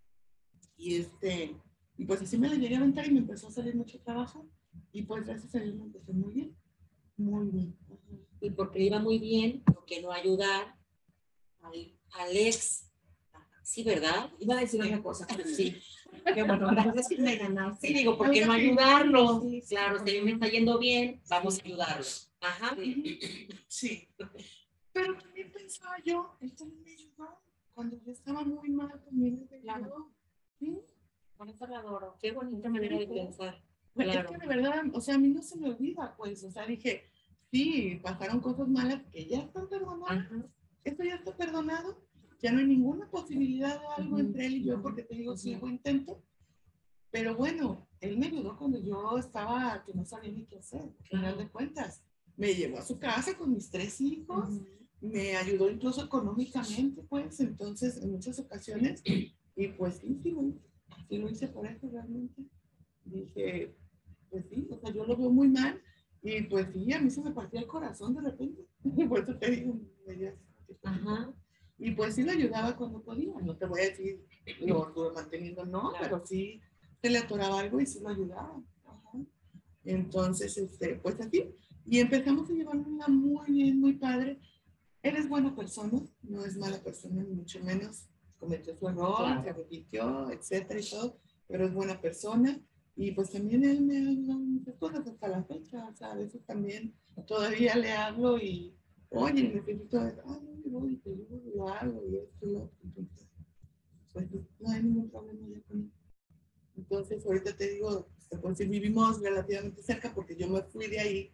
Y pues así me la llegué a aventar y me empezó a salir mucho trabajo. Y pues gracias a Dios me empezó muy bien. Muy bien. Ajá. Y porque iba muy bien, ¿por qué no ayudar al ex? Sí, ¿verdad? Iba a decir una cosa. Sí. Qué bueno, gracias que me ganaste. Sí, digo, ¿por qué no ayudarlo? Sí, Claro, si a mí me está yendo bien, vamos a ayudarlo. Ajá. Sí. Pero también pensaba yo, él también me ayudó. Cuando yo estaba muy mal, también me ayudó. ¿Sí? Por eso la adoro. Qué bonita manera de pensar. Claro. Claro. Es que de verdad, o sea, a mí no se me olvida, pues, o sea, dije, sí, pasaron cosas malas que ya están perdonadas. Ajá. Esto ya está perdonado, ya no hay ninguna posibilidad de algo entre él y yo, porque te digo, sí hubo intento, pero bueno, él me ayudó cuando yo estaba, que no sabía ni qué hacer, al final de cuentas. Me llevó a su casa con mis 3 hijos, me ayudó incluso económicamente, pues, entonces, en muchas ocasiones, y pues sí lo hice por eso realmente. Dije, pues sí, o sea, yo lo veo muy mal, y pues sí, a mí se me partía el corazón de repente, por eso te digo, ajá. Y pues sí lo ayudaba cuando podía, no te voy a decir, lo estuve manteniendo, no, claro. Pero sí se le atoraba algo y sí lo ayudaba. Ajá. Entonces, pues así, y empezamos a llevarnos muy bien, muy padre. Él es buena persona, no es mala persona, ni mucho menos. Cometió su error, claro. Se repitió, etcétera y todo, pero es buena persona. Y pues también él me ha ayudado muchas cosas hasta la fecha, o sea, a veces también todavía le hablo y, oye, necesito, voy, te ayudo, lo hago y esto y lo otro. Entonces, pues no hay ningún problema ya con él. Entonces, ahorita te digo, pues vivimos relativamente cerca porque yo me fui de ahí.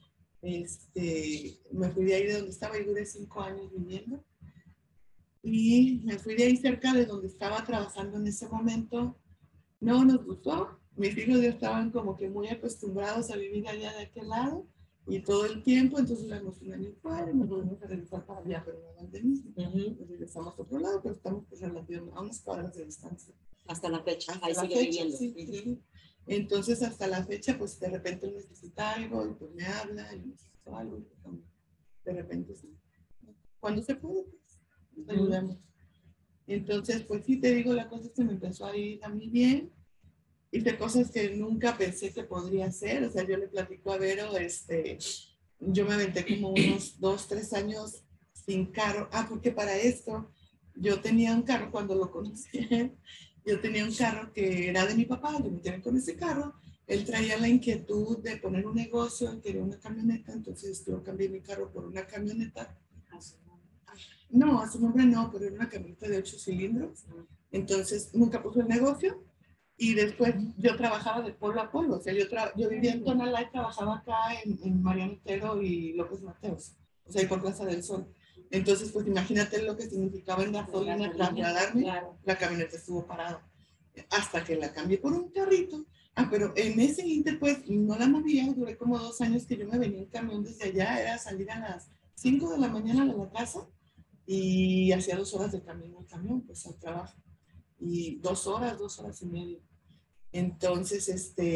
Me fui de ahí de donde estaba y duré 5 años viviendo. Y me fui de ahí cerca de donde estaba trabajando en ese momento. No nos gustó. Mis hijos ya estaban como que muy acostumbrados a vivir allá de aquel lado y todo el tiempo, entonces éramos un año fuera y nos volvimos a regresar para allá, pero no del mismo. Nos regresamos a otro lado, pero estamos pues, relativamente a unas cuadras de distancia. Hasta la fecha, hasta ahí la sigue fecha, viviendo. Sí. Entonces, hasta la fecha, pues de repente él necesita algo y pues me habla y necesito algo y pues, de repente sí. Cuando se puede, pues nos ayudamos. Entonces, pues sí, te digo, la cosa es que me empezó a ir a mí bien. Hice cosas que nunca pensé que podría hacer. O sea, yo le platico a Vero, yo me aventé como unos 2, 3 años sin carro. Porque para esto, yo tenía un carro cuando lo conocí. Yo tenía un carro que era de mi papá, yo me quedé con ese carro. Él traía la inquietud de poner un negocio, quería una camioneta, entonces yo cambié mi carro por una camioneta. No, a su nombre no, pero era una camioneta de 8 cilindros. Entonces, nunca puso el negocio. Y después yo trabajaba de pueblo a pueblo. O sea, yo vivía en Tonalá y trabajaba acá en Mariano Otero y López Mateos. O sea, y por Plaza del Sol. Entonces, pues imagínate lo que significaba en gasolina trasladarme. Claro. La camioneta estuvo parada. Hasta que la cambié por un carrito. Ah, pero en ese inter, pues, no la movía. Duré como 2 años que yo me venía en camión desde allá. Era salir a las 5 de la mañana de la casa y hacía 2 horas de camino al camión, pues, al trabajo. Y 2 horas, 2 horas y media. Entonces,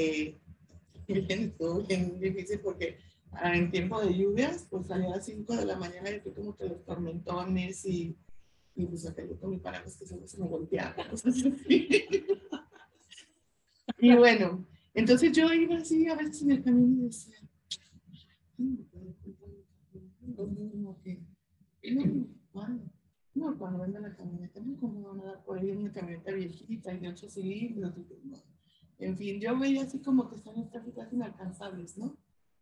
estuvo bien difícil porque en tiempo de lluvias, pues salía a las 5 de la mañana y fue como que los tormentones y pues acá yo con mi paraguas que solo se me golpeaba, cosas así. Y bueno, entonces yo iba así a veces en el camino y decía, no, cuando venga la camioneta, no, ¿cómo van a dar por ahí una camioneta viejita y de 8 cilindros? No. En fin, yo veía así como que están estas casi inalcanzables, ¿no?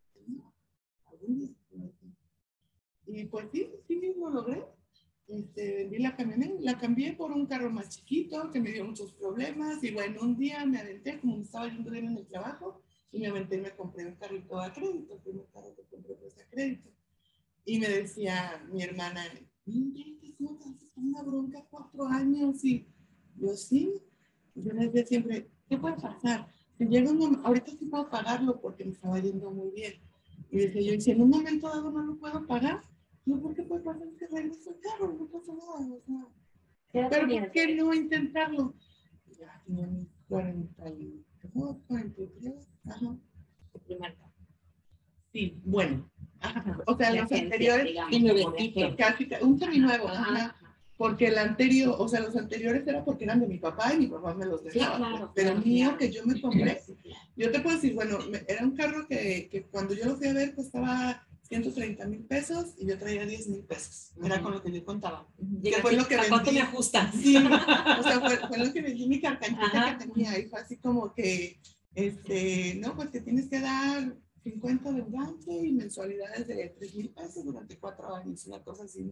Y pues sí, lo logré. Vendí la camioneta, la cambié por un carro más chiquito que me dio muchos problemas. Y bueno, un día me aventé, como me estaba yendo bien en el trabajo, y me aventé y me compré un carrito a crédito, el primer carro que compré pues a crédito. Y me decía mi hermana, ¿cómo te haces una bronca 4 años? Y yo sí. Yo les decía siempre, ¿qué puede pasar? Si llega un momento, ahorita sí puedo pagarlo porque me estaba yendo muy bien. Y decía yo, y si en un momento dado no lo puedo pagar, no, ¿por qué puede pasar que regreso el carro? No pasa nada, o sea. Pero ¿por qué no intentarlo? Ya tenía mis 43, ajá. El primer carro. Sí, bueno. Ajá. O sea, los anteriores, casi un seminuevo, ajá. Porque el anterior, o sea, los anteriores era porque eran de mi papá y mi papá me los dejaba. Sí, claro, pero el mío claro. que yo me compré, yo te puedo decir, bueno, era un carro que cuando yo lo fui a ver costaba 130,000 pesos y yo traía 10,000 pesos. Era con lo que yo contaba. Que fue lo que ¿a vendí. cuánto me ajustan? Sí, o sea, fue lo que vendí mi carcanchita que tenía. Y fue así como que, no, pues que tienes que dar 50 de enganche y mensualidades de 3,000 pesos durante 4 años, una cosa así.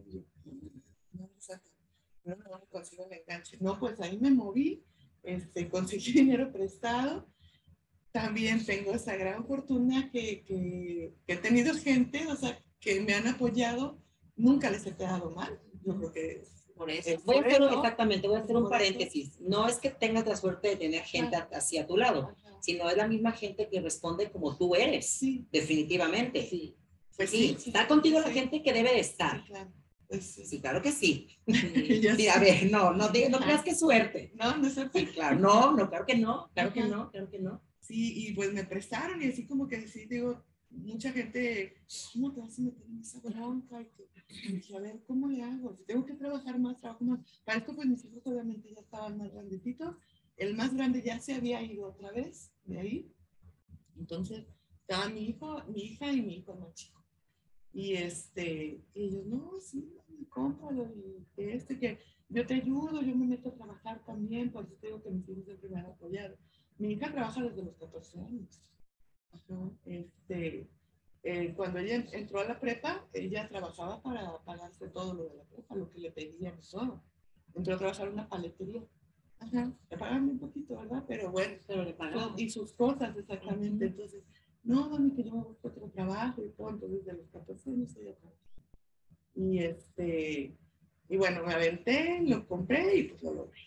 No consigo el enganche. No, pues ahí me moví, conseguí dinero prestado. También tengo esa gran fortuna que he tenido gente, o sea, que me han apoyado, nunca les he quedado mal. Yo creo que por eso. es Voy a hacer, eso, exactamente, voy a hacer un por paréntesis. eso. No es que tengas la suerte de tener gente así a tu lado, sino es la misma gente que responde como tú eres, Sí. Definitivamente. Sí. Pues sí, está contigo la gente que debe de estar. Sí, claro. Pues sí. Sí, claro que sí. Sí, a ver, no creas que suerte. No es suerte. Sí, claro, no, claro que no, claro que no, claro que no. Sí, y pues me prestaron y así como que sí, digo, mucha gente, ¿cómo te vas a meter en esa bronca? Y dije, a ver, ¿cómo le hago? Si tengo que trabajar más, trabajo más. Para esto, pues mis hijos obviamente ya estaban más grandecitos. El más grande ya se había ido otra vez de ahí. Entonces, estaba mi hija y mi hijo más chico. Y ellos, no, sí, cómpralo, y que yo te ayudo, yo me meto a trabajar también, por eso digo que mis hijos siempre me han apoyado. Mi hija trabaja desde los 14 años. Ajá. Cuando ella entró a la prepa, ella trabajaba para pagarse todo lo de la prepa, lo que le pedían todo. Entró a trabajar en una paletería. Ajá. Le pagaban un poquito, ¿verdad? Pero bueno, pero le pagaban. Y sus cosas, exactamente. Entonces, no, mami, que yo me busco otro trabajo y todo. Entonces, desde los 14 años estoy acá. Y bueno, me aventé, lo compré y pues lo logré.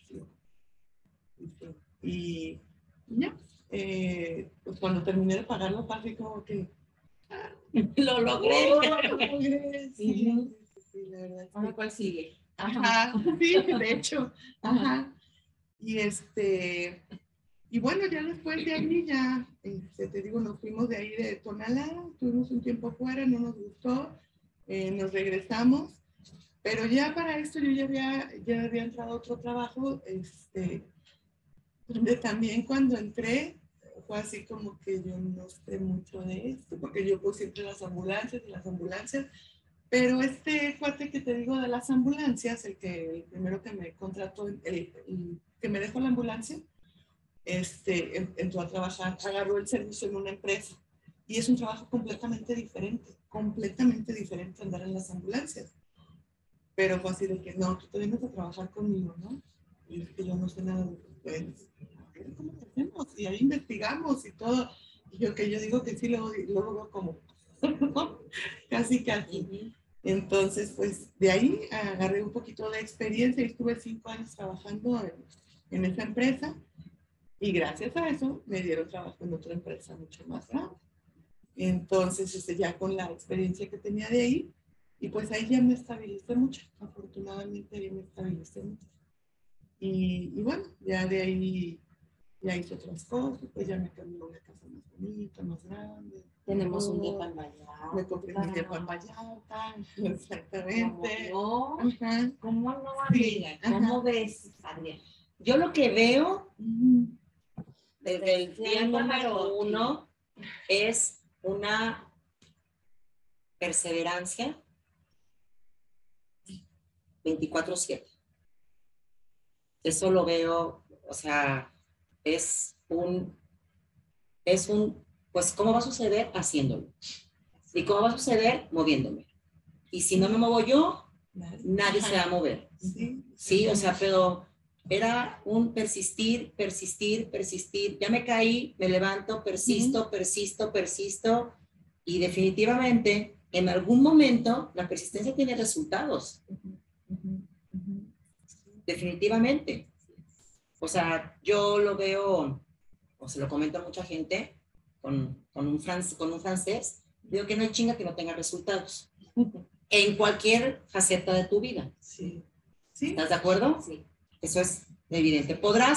Y ya, pues cuando terminé de pagarlo, pasé como que lo logré. Sí, la verdad. Ahora, ¿cuál sigue? Ajá, sí, de hecho. Ajá. Y bueno, ya después de ahí, ya, te digo, nos fuimos de ahí de Tonalá, tuvimos un tiempo fuera, no nos gustó, nos regresamos, pero ya para esto yo ya había entrado a otro trabajo, donde también cuando entré, fue así como que yo no sé mucho de esto, porque yo pues siempre las ambulancias, pero este cuate que te digo de las ambulancias, el primero que me contrató, el que me dejó la ambulancia, entró a trabajar, agarró el servicio en una empresa. Y es un trabajo completamente diferente andar en las ambulancias. pero fue así de que, no, tú te vienes a trabajar conmigo, ¿no? Y es que yo no sé nada de pues, ¿cómo lo hacemos? Y ahí investigamos y todo. Y yo digo que sí, luego veo como, casi. Entonces, pues, de ahí agarré un poquito de experiencia y estuve 5 años trabajando en esa empresa. Y gracias a eso me dieron trabajo en otra empresa mucho más grande. Entonces, ya con la experiencia que tenía de ahí, y pues ahí ya me estabilicé mucho. Afortunadamente ahí me estabilicé mucho. Y bueno, ya de ahí ya hice otras cosas, pues ya me cambié a una casa más bonita, más grande. Tenemos un depa en Vallarta. Me compré mi depa en Vallarta, exactamente. ¿Cómo no? Ajá. ¿Cómo no, amiga? Sí, ¿Cómo ajá. ves, Adrián? Yo lo que veo desde el día número 1 es una perseverancia 24/7. Eso lo veo, o sea, pues, ¿cómo va a suceder? Haciéndolo. ¿Y cómo va a suceder? Moviéndome. Y si no me muevo yo, nadie se va a mover. Sí, o sea, pero era un persistir. Ya me caí, me levanto, persisto. Y definitivamente, en algún momento, la persistencia tiene resultados. Definitivamente. O sea, yo lo veo, o se lo comento a mucha gente, con un francés, digo que no hay chinga que no tenga resultados. En cualquier faceta de tu vida. Sí. ¿Estás de acuerdo? Sí. Eso es evidente. Podrá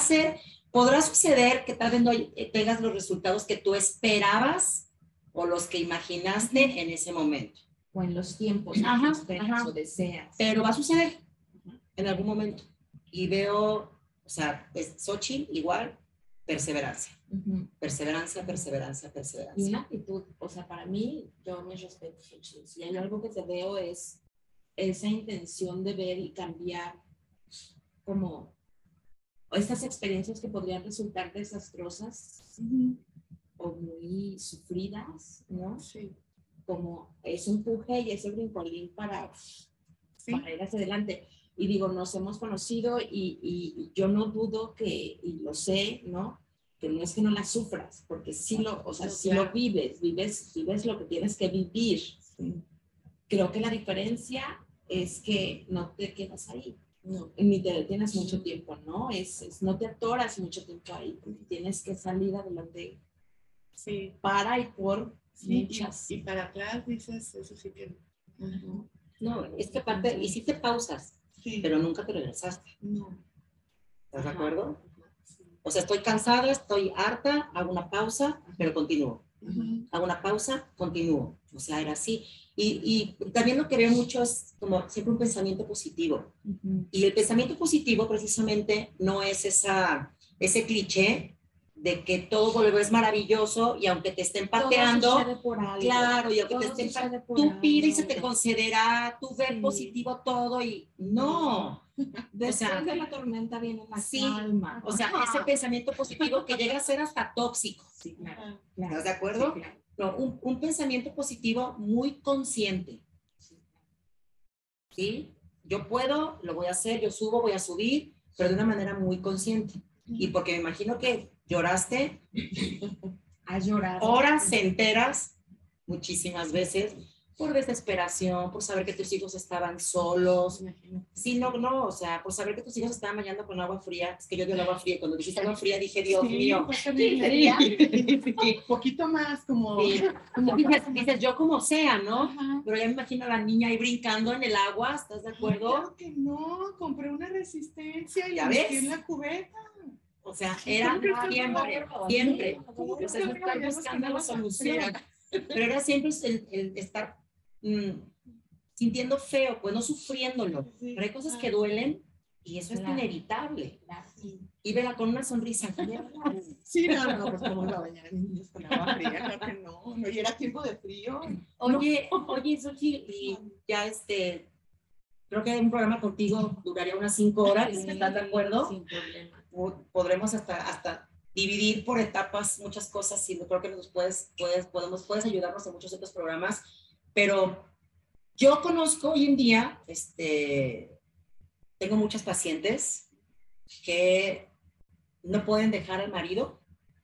suceder que tal vez no tengas los resultados que tú esperabas o los que imaginaste en ese momento. O en los tiempos que esperas o deseas. Pero va a suceder en algún momento. Y veo, o sea, Xochitl igual, perseverancia. Perseverancia. Y una actitud, o sea, para mí, yo mis respetos, Xochitl. Si hay algo que te veo es esa intención de ver y cambiar como estas experiencias que podrían resultar desastrosas o muy sufridas, ¿no? Sí. Como ese empuje y ese brincolín para ir hacia adelante. Y digo, nos hemos conocido y yo no dudo que, y lo sé, ¿no? Que no es que no la sufras, porque sí lo vives lo que tienes que vivir. Sí. Creo que la diferencia es que no te quedas ahí. No. Ni te detienes mucho tiempo, ¿no? No te atoras mucho tiempo ahí, tienes que salir adelante. Sí. Para y por Sí, muchas. y para atrás dices, eso sí que no. No, es que aparte, hiciste pausas, Sí. pero nunca te regresaste. No. ¿Estás de acuerdo? Sí. O sea, estoy cansada, estoy harta, hago una pausa, pero continúo. Hago una pausa, continúo. O sea, era así. Y también lo que veo mucho es como siempre un pensamiento positivo. Y el pensamiento positivo precisamente no es ese cliché de que todo vuelve es maravilloso y aunque te estén pateando, todo sucede por algo. Claro, y aunque Todo te estén sucede por tú pide y algo. se te concederá, tú ves Sí. positivo todo y no. Después de la tormenta viene la calma. O sea, ese pensamiento positivo que llega a ser hasta tóxico. Sí, claro. ¿Estás de acuerdo? Sí, claro. No, un pensamiento positivo muy consciente. ¿Sí? Yo puedo, lo voy a hacer, yo subo, voy a subir, pero de una manera muy consciente. Y porque me imagino que lloraste A llorar. horas enteras, muchísimas veces, por desesperación, por saber que tus hijos estaban solos. Sí, no, o sea, por saber que tus hijos estaban bañando con agua fría. Es que yo dio el agua fría y cuando dijiste agua fría dije, Dios mío. Poquito más como... Sí. Como dices, yo como sea, ¿no? Ajá. Pero ya me imagino a la niña ahí brincando en el agua, ¿estás de acuerdo? Claro que no, compré una resistencia y ¿Ya metí ves? en la cubeta. O sea, era siempre. O sea, no estar buscando la solución. Pero era siempre el estar sintiendo feo, pues no sufriéndolo. Pero hay cosas que duelen y eso es inevitable. Y vela con una sonrisa. Sí, no, pues cómo iba a bañar a mis niños con agua fría, claro que no, y era tiempo de frío. Oye, Xochitl, y ya creo que un programa contigo duraría unas 5 horas, ¿estás de acuerdo? Sin problema. Podremos hasta dividir por etapas muchas cosas y creo que nos puedes ayudarnos en muchos otros programas, pero Yo conozco hoy en día, tengo muchas pacientes que no pueden dejar al marido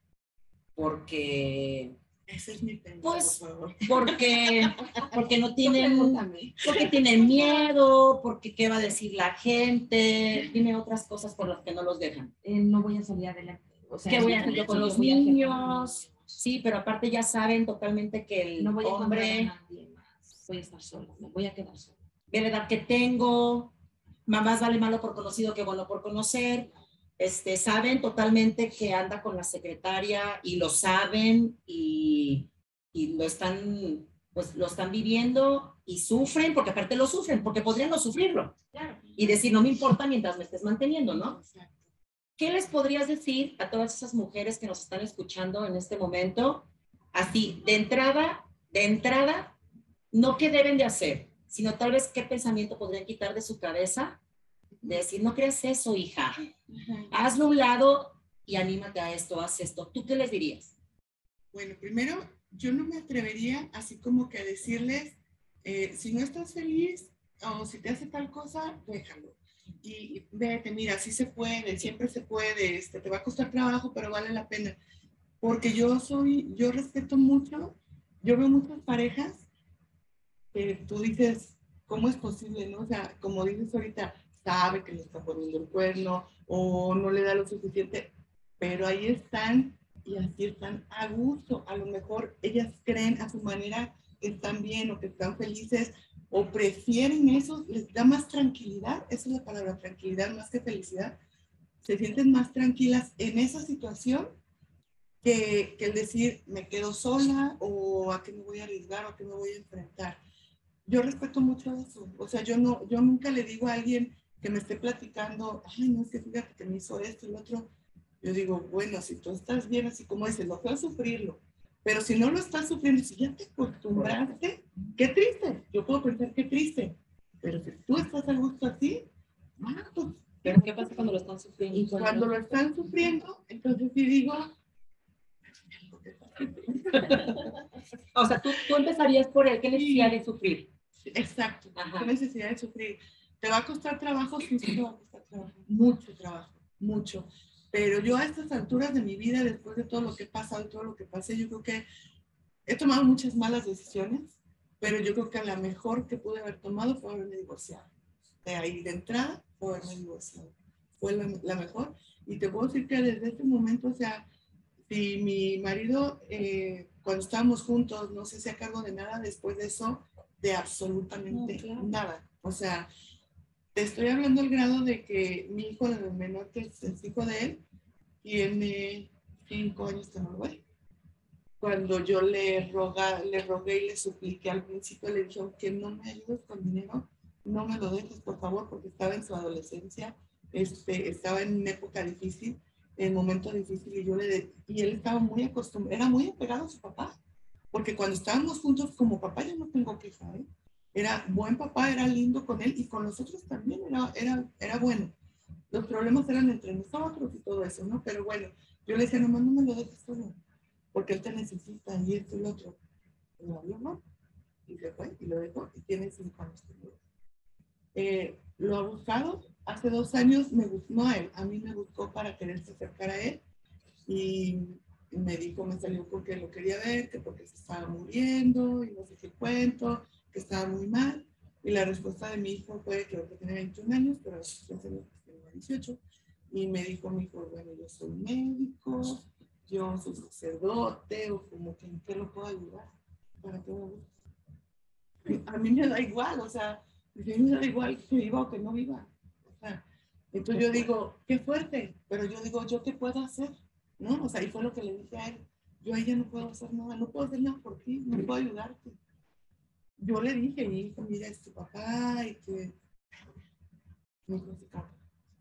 porque, Ese es mi tema, pues, por favor. porque no tienen, porque tienen miedo, porque qué va a decir la gente, tiene otras cosas por las que no los dejan. No voy a salir adelante. O sea, ¿Qué voy a hacer yo con los voy a hacer niños? Sí, pero aparte ya saben totalmente que el no voy a encontrar a hombre, nadie más. Voy a estar sola, me voy a quedar sola. ve la edad que tengo, más vale malo por conocido que bueno por conocer. Saben totalmente que anda con la secretaria y lo saben y lo están, pues lo están viviendo y sufren, porque aparte lo sufren, porque podrían no sufrirlo. Claro. Y decir, no me importa mientras me estés manteniendo, ¿no? Exacto. ¿Qué les podrías decir a todas esas mujeres que nos están escuchando en este momento? Así, de entrada, no qué deben de hacer, sino tal vez qué pensamiento podrían quitar de su cabeza, de decir, no creas eso, hija, hazlo a un lado y anímate a esto, haz esto. ¿Tú qué les dirías? Bueno, primero, yo no me atrevería así como que a decirles, si no estás feliz o si te hace tal cosa, déjalo. Y vete, mira, sí se puede, siempre se puede, te va a costar trabajo, pero vale la pena. Porque yo respeto mucho, yo veo muchas parejas que tú dices, ¿cómo es posible, no? O sea, como dices ahorita, sabe que le está poniendo el cuerno o no le da lo suficiente, pero ahí están y así están a gusto. A lo mejor ellas creen a su manera que están bien o que están felices o prefieren eso, les da más tranquilidad, esa es la palabra, tranquilidad más que felicidad. Se sienten más tranquilas en esa situación que el decir me quedo sola o a qué me voy a arriesgar o a qué me voy a enfrentar. Yo respeto mucho eso. O sea, yo nunca le digo a alguien que me esté platicando, ay, no, es que fíjate que me hizo esto y lo otro. Yo digo, bueno, si tú estás bien, así como dices, lo fue a sufrirlo. Pero si no lo estás sufriendo, si ya te acostumbraste, qué triste. Yo puedo pensar qué triste. Pero si tú estás a gusto así, pues, ¿Pero qué pasa cuando lo están sufriendo? y cuando lo están sufriendo, entonces sí digo, O sea, tú empezarías por el qué necesidad de sufrir. exacto, Ajá. qué necesidad de sufrir. ¿Te va a costar trabajo? Sí, sí te va a costar trabajo. Mucho trabajo, mucho. Pero yo a estas alturas de mi vida, después de todo lo que he pasado y todo lo que pasé, yo creo que he tomado muchas malas decisiones, pero yo creo que la mejor que pude haber tomado fue haberme divorciado. De ahí de entrada, fue haberme divorciado. Fue la mejor. Y te puedo decir que desde ese momento, o sea, si mi marido, cuando estábamos juntos, no se hacía cargo de nada, después de eso, de absolutamente nada. O sea, te estoy hablando al grado de que mi hijo, el menor que es el hijo de él, tiene 5 años que no lo ve. Cuando yo le rogué y le supliqué al principio, le dije que no me ayudes con dinero, no me lo dejes, por favor, porque estaba en su adolescencia, estaba en una época difícil, en un momento difícil, y él estaba muy acostumbrado, era muy apegado a su papá, porque cuando estábamos juntos, como papá, yo no tengo queja, ¿eh? Era buen papá, era lindo con él y con nosotros también era bueno. Los problemas eran entre nosotros y todo eso, ¿no? Pero bueno, yo le decía, nomás no me lo dejes solo, porque él te necesita y esto y lo otro. Y lo habló, ¿no? Y se fue y lo dejó y tiene 5 años. Lo ha buscado. Hace 2 años me buscó, no a él, a mí me buscó para quererse acercar a él y me dijo, me salió porque lo quería ver, que porque se estaba muriendo y no sé qué cuento, que estaba muy mal. Y la respuesta de mi hijo fue que tenía 21 años, pero hace 15 años tenía 18. Y me dijo mi hijo, bueno, yo soy médico, yo soy sacerdote, o como que en qué lo puedo ayudar para que me guste. A mí me da igual, o sea, a mí me da igual que viva o que no viva. O sea, entonces yo digo, qué fuerte, pero yo digo, ¿yo qué puedo hacer? ¿No? O sea, y fue lo que le dije a él. Yo a ella no puedo hacer nada, no puedo hacer nada por ti, no puedo ayudarte. Yo le dije, mi hijo, mira, es tu papá y que mi hijo se caga.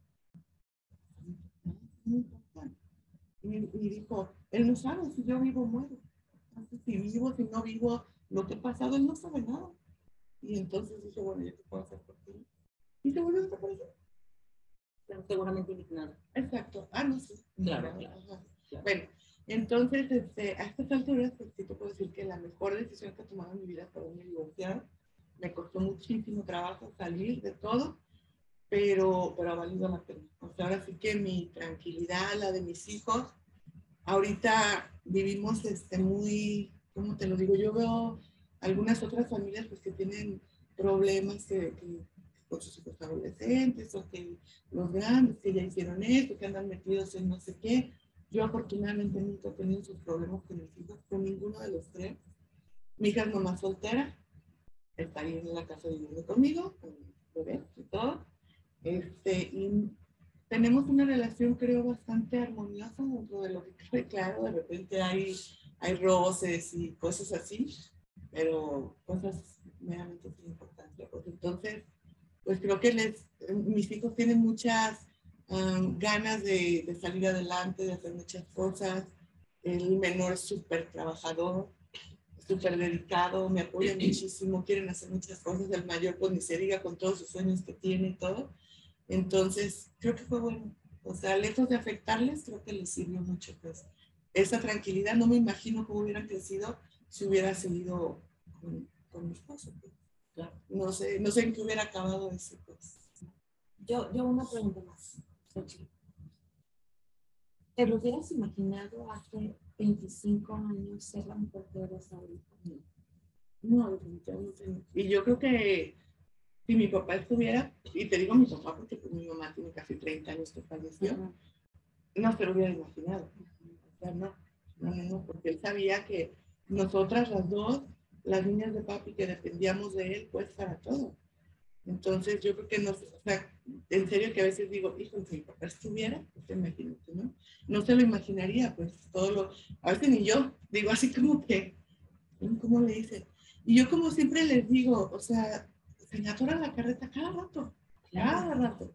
Y dijo, él no sabe si yo vivo o muero. Entonces, si vivo, si no vivo, lo que ha pasado, él no sabe nada. Y entonces dije, bueno, yo te puedo hacer por ti. Y se volvió a desaparecer. Pero seguramente indignado. Exacto. Ah, no sé. Claro, claro. Claro. Bueno, entonces, a estas alturas, pues sí te puedo decir que la mejor decisión que he tomado en mi vida fue haberme divorciado. me costó muchísimo trabajo salir de todo, pero ha valido la pena. O sea, ahora sí que mi tranquilidad, la de mis hijos, ahorita vivimos muy, ¿cómo te lo digo? Yo veo algunas otras familias pues que tienen problemas que con sus hijos adolescentes o que los grandes que ya hicieron esto, que andan metidos en no sé qué. Yo afortunadamente nunca he tenido sus problemas con mis hijos, con ninguno de los tres. Mi hija es mamá soltera, está ahí en la casa viviendo conmigo, con bebé y todo. Y tenemos una relación, creo, bastante armoniosa dentro de lo que cabe. Claro, de repente hay roces y cosas así, pero cosas meramente sin importancia. Pues entonces, pues creo que mis hijos tienen muchas ganas de salir adelante, de hacer muchas cosas. El menor es súper trabajador, súper dedicado, me apoya muchísimo, quieren hacer muchas cosas. El mayor, pues ni se diga con todos sus sueños que tiene y todo. Entonces, creo que fue bueno. O sea, lejos de afectarles, creo que les sirvió mucho, pues. Esa tranquilidad, no me imagino cómo hubieran crecido si hubiera seguido con mi esposo. Pues. Claro. No sé en qué hubiera acabado eso, pues. Yo una pregunta más, Xochitl. ¿Te lo hubieras imaginado hace 25 años ser la mujer que eres ahorita? No, definitivamente no. Y yo creo que si mi papá estuviera, y te digo mi papá porque pues, mi mamá tiene casi 30 años que falleció, no se lo hubiera imaginado. O sea, no, porque él sabía que nosotras las dos, las niñas de papi, que dependíamos de él, pues para todo. Entonces yo creo que no, o sea, en serio que a veces digo, hijo, si mi papá estuviera, pues imagínate, ¿no? No se lo imaginaría, pues a veces ni yo, digo así como que, ¿cómo le dice? Y yo como siempre les digo, o sea, se me atora la carreta cada rato.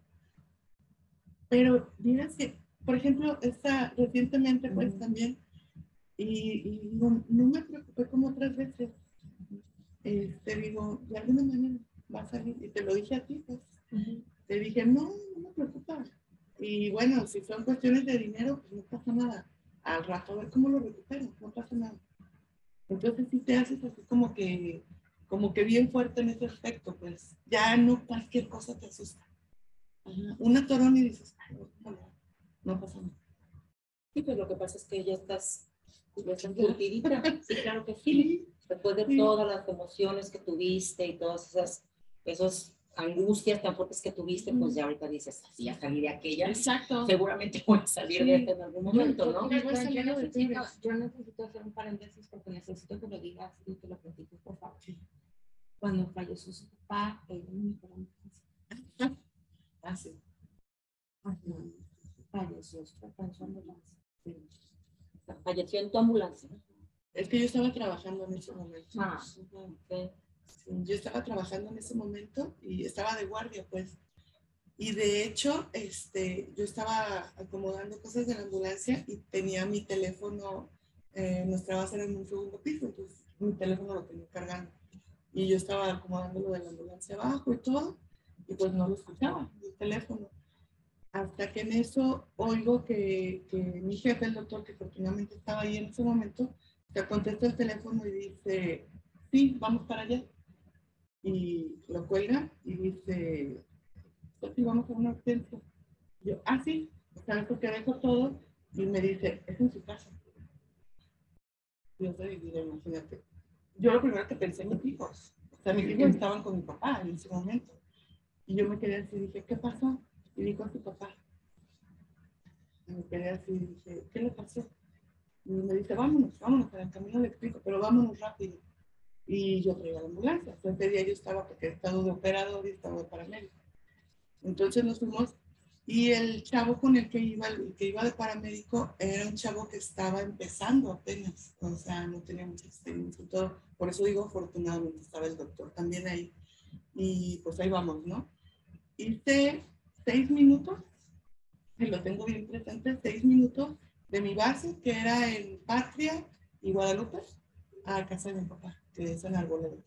Pero miras que, por ejemplo, recientemente pues también, y digo, no me preocupé como otras veces. Digo, de alguna manera va a salir, y te lo dije a ti, pues. Te dije, no me preocupa. Y bueno, si son cuestiones de dinero, pues no pasa nada. Al rato a ver cómo lo recupero, no pasa nada. Entonces sí te haces así como que bien fuerte en ese aspecto, pues ya no cualquier cosa te asusta. Un atorón y dices, ay, no pasa nada. Sí, pues lo que pasa es que ya estás curtidita. Sí, claro que sí. Después de todas las emociones que tuviste y todas esas angustias tan fuertes que tuviste, pues ya ahorita dices, así ya salí de aquella. Exacto. Seguramente voy a salir de este en algún momento, ¿no? Yo necesito hacer un paréntesis porque necesito que lo digas y que lo platiques, por favor. Cuando falleció su papá, ella me dijo, sí. Falleció su papá en su ambulancia. Falleció en tu ambulancia. Es que yo estaba trabajando en ese momento. Okay. Sí, yo estaba trabajando en ese momento y estaba de guardia, pues. Y de hecho, yo estaba acomodando cosas de la ambulancia y tenía mi teléfono, nuestra base era en un segundo piso, entonces mi teléfono lo tenía cargando. Y yo estaba acomodando lo de la ambulancia abajo y todo, y pues no lo escuchaba, el teléfono. Hasta que en eso oigo que mi jefe, el doctor, que afortunadamente estaba ahí en ese momento, te contesta el teléfono y dice, sí, vamos para allá. Y lo cuelga y dice, sí, vamos a una urgencia. Yo, sí, o sea, eso que dejo todo y me dice, es en su casa. Yo soy, imagínate. Yo lo primero que pensé en mis hijos. O sea, mis hijos estaban con mi papá en ese momento. Y yo me quedé así, dije, ¿qué pasó? Y dijo a su papá. Y me quedé así, dije, ¿qué le pasó? Y me dice, vámonos, para el camino le explico, pero vámonos rápido. Y yo traía la ambulancia. Entonces, ese día yo estaba, porque he estado de operador y estaba de paramédico. Entonces nos fuimos y el chavo con el que iba de paramédico, era un chavo que estaba empezando apenas, o sea, no tenía mucha experiencia y todo. Por eso digo, afortunadamente estaba el doctor también ahí. Y pues ahí vamos, ¿no? Hice 6 minutos, y lo tengo bien presente, 6 minutos de mi base, que era en Patria y Guadalupe, a casa de mi papá, que es en Arboledas,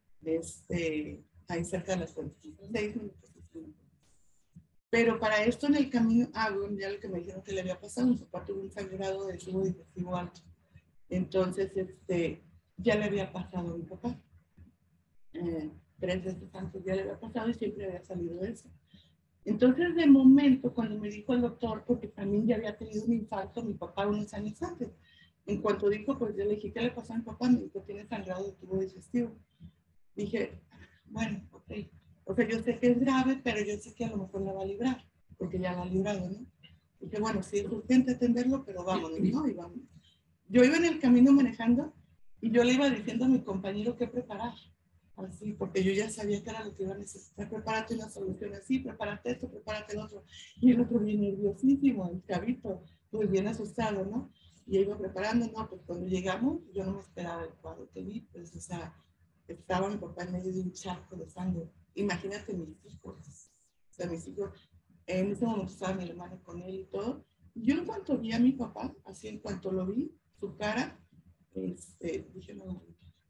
ahí cerca de las fuentes. 6 minutos. Pero para esto en el camino, bueno, ya lo que me dijeron que le había pasado, mi papá tuvo un sangrado de tubo digestivo alto. Entonces, ya le había pasado a mi papá. 3 veces antes ya le había pasado y siempre había salido eso. Entonces, de momento, cuando me dijo el doctor, porque también ya había tenido un infarto mi papá unos años antes, en cuanto dijo, pues yo le dije, ¿qué le pasó a mi papá? Me dijo, tiene sangrado de tubo digestivo. Dije, bueno, ok. O sea, yo sé que es grave, pero yo sé que a lo mejor la va a librar, porque ya la ha librado, ¿no? Dije, bueno, sí es urgente atenderlo, pero vámonos, ¿no? Y vamos. Yo iba en el camino manejando y yo le iba diciendo a mi compañero qué preparar. Así, porque yo ya sabía que era lo que iba a necesitar. Prepárate una solución así, prepárate esto, prepárate el otro. Y el otro bien nerviosísimo, el chavito, pues bien asustado, ¿no? Y iba preparando, no, pues cuando llegamos, yo no me esperaba el cuadro que vi, pues, o sea, estaba mi papá en medio de un charco de sangre. Imagínate mis hijos. O sea, mis hijos, en ese momento estaba mi hermano con él y todo. Yo en cuanto vi a mi papá, así en cuanto lo vi, su cara, dije, no,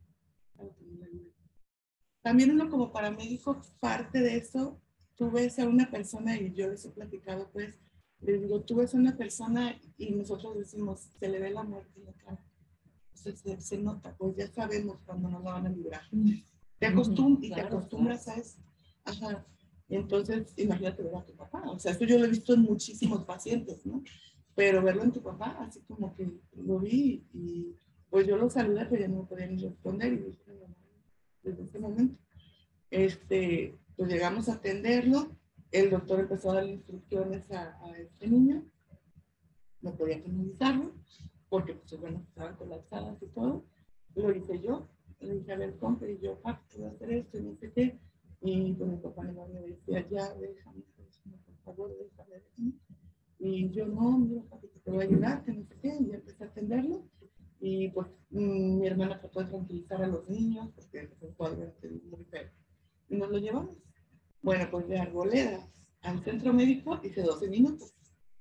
también uno como paramédico, parte de eso, tú ves a una persona, y yo les he platicado, pues, les digo, tú ves a una persona y nosotros decimos, se le ve la muerte en la cara. Entonces se nota, pues ya sabemos cuando nos la van a librar. Te acostumbras a eso. Ajá. Entonces, imagínate ver a tu papá. O sea, esto yo lo he visto en muchísimos pacientes, ¿no? Pero verlo en tu papá, así como que lo vi y pues yo lo saludé, pero ya no me podía ni responder y dije, no, desde ese momento. Pues llegamos a atenderlo, el doctor empezó a darle instrucciones a este niño, no podía canalizarlo, porque pues bueno, estaban colapsadas y todo, lo hice yo, le dije, a ver, compre, y yo, ¿qué voy a hacer esto? Y no sé qué, y pues mi papá me decía, ya, déjame, por favor, déjame. Y yo, no, mira, papi, te voy a ayudar, que no sé qué, y empecé a atenderlo. Y pues mi hermana trató de tranquilizar a los niños, porque es un cuadro muy feo. Y nos lo llevamos. Bueno, pues de Arboledas al centro médico hice 12 minutos.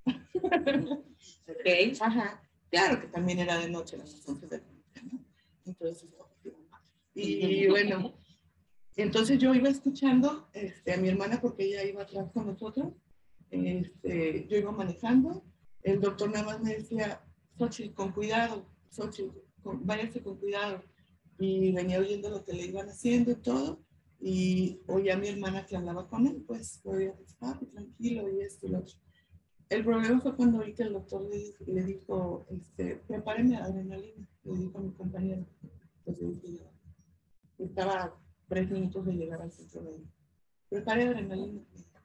Ok. Ajá. Claro que también era de noche, las 11 de la noche, ¿no? Entonces, y bueno, entonces yo iba escuchando a mi hermana porque ella iba atrás con nosotros. Yo iba manejando, el doctor nada más me decía, Xochitl, con cuidado, Xochitl, váyase con cuidado. Y venía oyendo lo que le iban haciendo y todo, y oía a mi hermana que hablaba con él, pues, oía, papi, tranquilo, y esto y lo otro. El problema fue cuando oí que el doctor le dijo, prepáreme adrenalina, le dijo a mi compañero. Entonces dije, estaba 3 minutos de llegar al centro médico. Prepare adrenalina.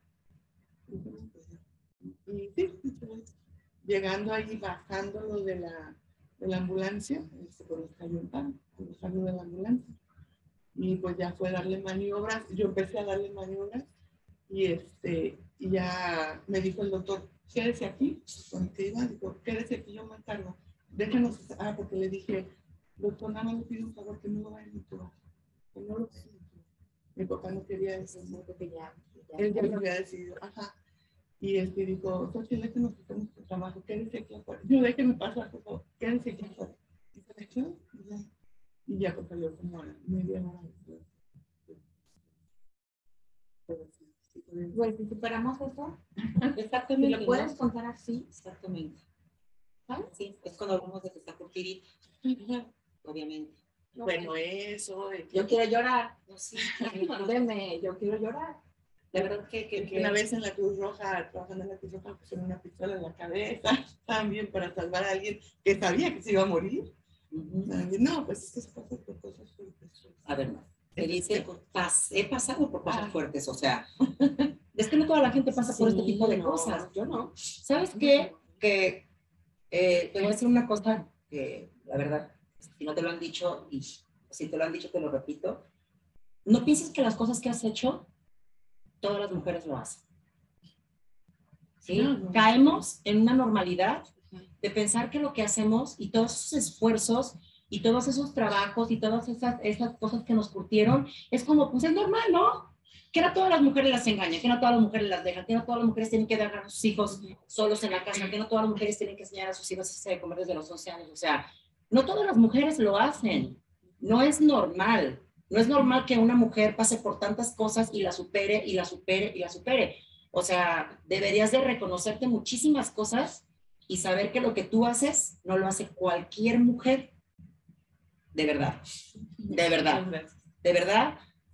Y sí, llegando ahí, bajándolo de la ambulancia, pues nos cayó un paro, nos salió de la ambulancia. Y pues ya fue darle maniobras, yo empecé a darle maniobras y ya me dijo el doctor, quédese aquí, con el que iba, dijo, quédese aquí, yo me encargo, déjenos, porque le dije, doctor, nada más le pido un favor, que no lo vayan a intubar, que no lo vayan a intubar. Mi papá no quería eso, no, porque él ya lo había decidido, ajá. Y dijo, Xochitl, déjenos que hacemos tu trabajo, quédese aquí afuera. Yo, déjenme pasar, por favor, quédese aquí afuera. Y se me echó, y ya pues salió como media hora. Pues si superamos eso, Exactamente. si lo puedes contar así, Exactamente. ¿sabes? Sí, es cuando hablamos de que está por tirir, obviamente. Bueno, eso. Yo quiero llorar. No, sí, ayúdeme, yo quiero llorar. La verdad que Una vez en la Cruz Roja, trabajando en la Cruz Roja, pusieron una pistola en la cabeza también para salvar a alguien que sabía que se iba a morir. No, pues es que se pasa por cosas fuertes. A ver, Felicia, he pasado por cosas fuertes, o sea, es que no toda la gente pasa por este tipo de cosas. Yo no. ¿Sabes qué? Que te voy a decir una cosa que, la verdad, si no te lo han dicho, y si te lo han dicho, te lo repito. No pienses que las cosas que has hecho, todas las mujeres lo hacen. ¿Sí? No. Caemos en una normalidad de pensar que lo que hacemos y todos esos esfuerzos y todos esos trabajos y todas esas cosas que nos curtieron, es como, pues es normal, ¿no? Que no todas las mujeres las engañan, que no todas las mujeres las dejan, que no todas las mujeres tienen que dejar a sus hijos solos en la casa, que no todas las mujeres tienen que enseñar a sus hijos a hacerse de comer desde los 11 años. O sea, no todas las mujeres lo hacen. No es normal. No es normal que una mujer pase por tantas cosas y la supere, y la supere, y la supere. O sea, deberías de reconocerte muchísimas cosas y saber que lo que tú haces no lo hace cualquier mujer. De verdad. De verdad. De verdad.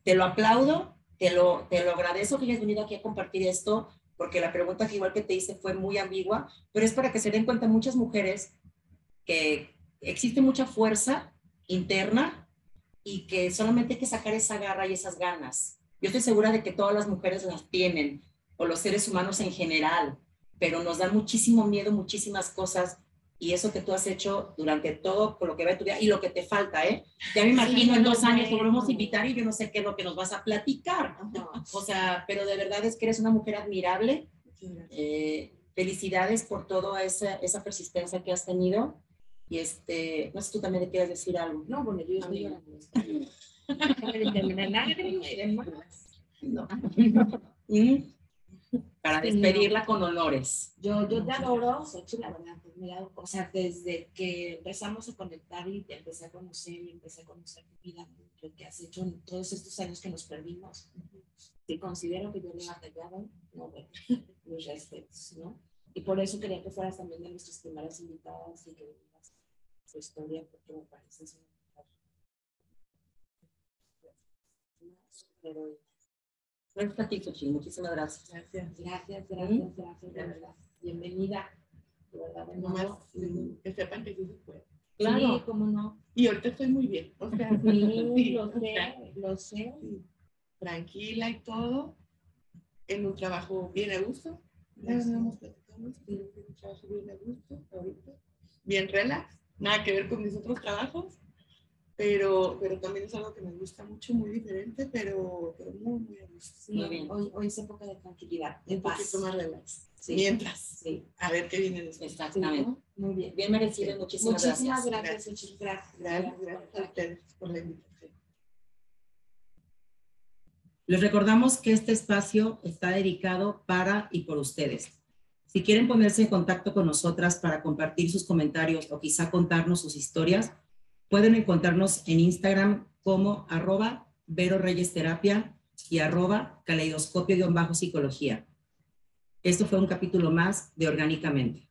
te lo aplaudo, te lo agradezco que hayas venido aquí a compartir esto, porque la pregunta que igual que te hice fue muy ambigua, pero es para que se den cuenta muchas mujeres que existe mucha fuerza interna y que solamente hay que sacar esa garra y esas ganas. Yo estoy segura de que todas las mujeres las tienen, o los seres humanos en general, pero nos dan muchísimo miedo, muchísimas cosas, y eso que tú has hecho durante todo, por lo que va de tu vida, y lo que te falta, ¿eh? Ya me imagino en 2 años te volvemos a invitar y yo no sé qué es lo que nos vas a platicar. O sea, pero de verdad es que eres una mujer admirable. Felicidades por toda esa persistencia que has tenido. Y no sé si tú también le quieres decir algo. No, bueno, yo estoy llorando. Una lágrima y demás. No. Para despedirla con honores. Yo te adoro, Xochitl, la verdad, mira, o sea, desde que empezamos a conectar y te empecé a conocer tu vida, lo que has hecho en todos estos años que nos perdimos, te considero que yo le he batallado, no, bueno, mis respetos, ¿no? Y por eso quería que fueras también de nuestras primeras invitadas y que vivas su historia, porque me parece pero Gracias a ti, Xochitl. Muchísimas gracias. gracias, de verdad. Bienvenida, de verdad, de nuevo. Que sepan que sí se puede. Claro. Sí, cómo no. Y ahorita estoy muy bien. O sea, Sí, lo sé. Sí, tranquila y todo. En un trabajo bien a gusto. Ya nos hemos platicado. En un trabajo bien a gusto ahorita. Bien relax. Nada que ver con mis otros trabajos. Pero también es algo que me gusta mucho, muy diferente, pero muy, muy a gusto. Sí, hoy es época de tranquilidad, de Un paz. poquito más relax. Sí. Mientras. Sí. A ver qué viene después. Exactamente. Sí, muy bien. Bien merecido. Muchísimas gracias. Gracias, Xochitl. Gracias a ustedes por la invitación. Les recordamos que este espacio está dedicado para y por ustedes. Si quieren ponerse en contacto con nosotras para compartir sus comentarios o quizá contarnos sus historias, pueden encontrarnos en Instagram como @VeroReyesTerapia y @caleidoscopio-psicología. Esto fue un capítulo más de Orgánicamente.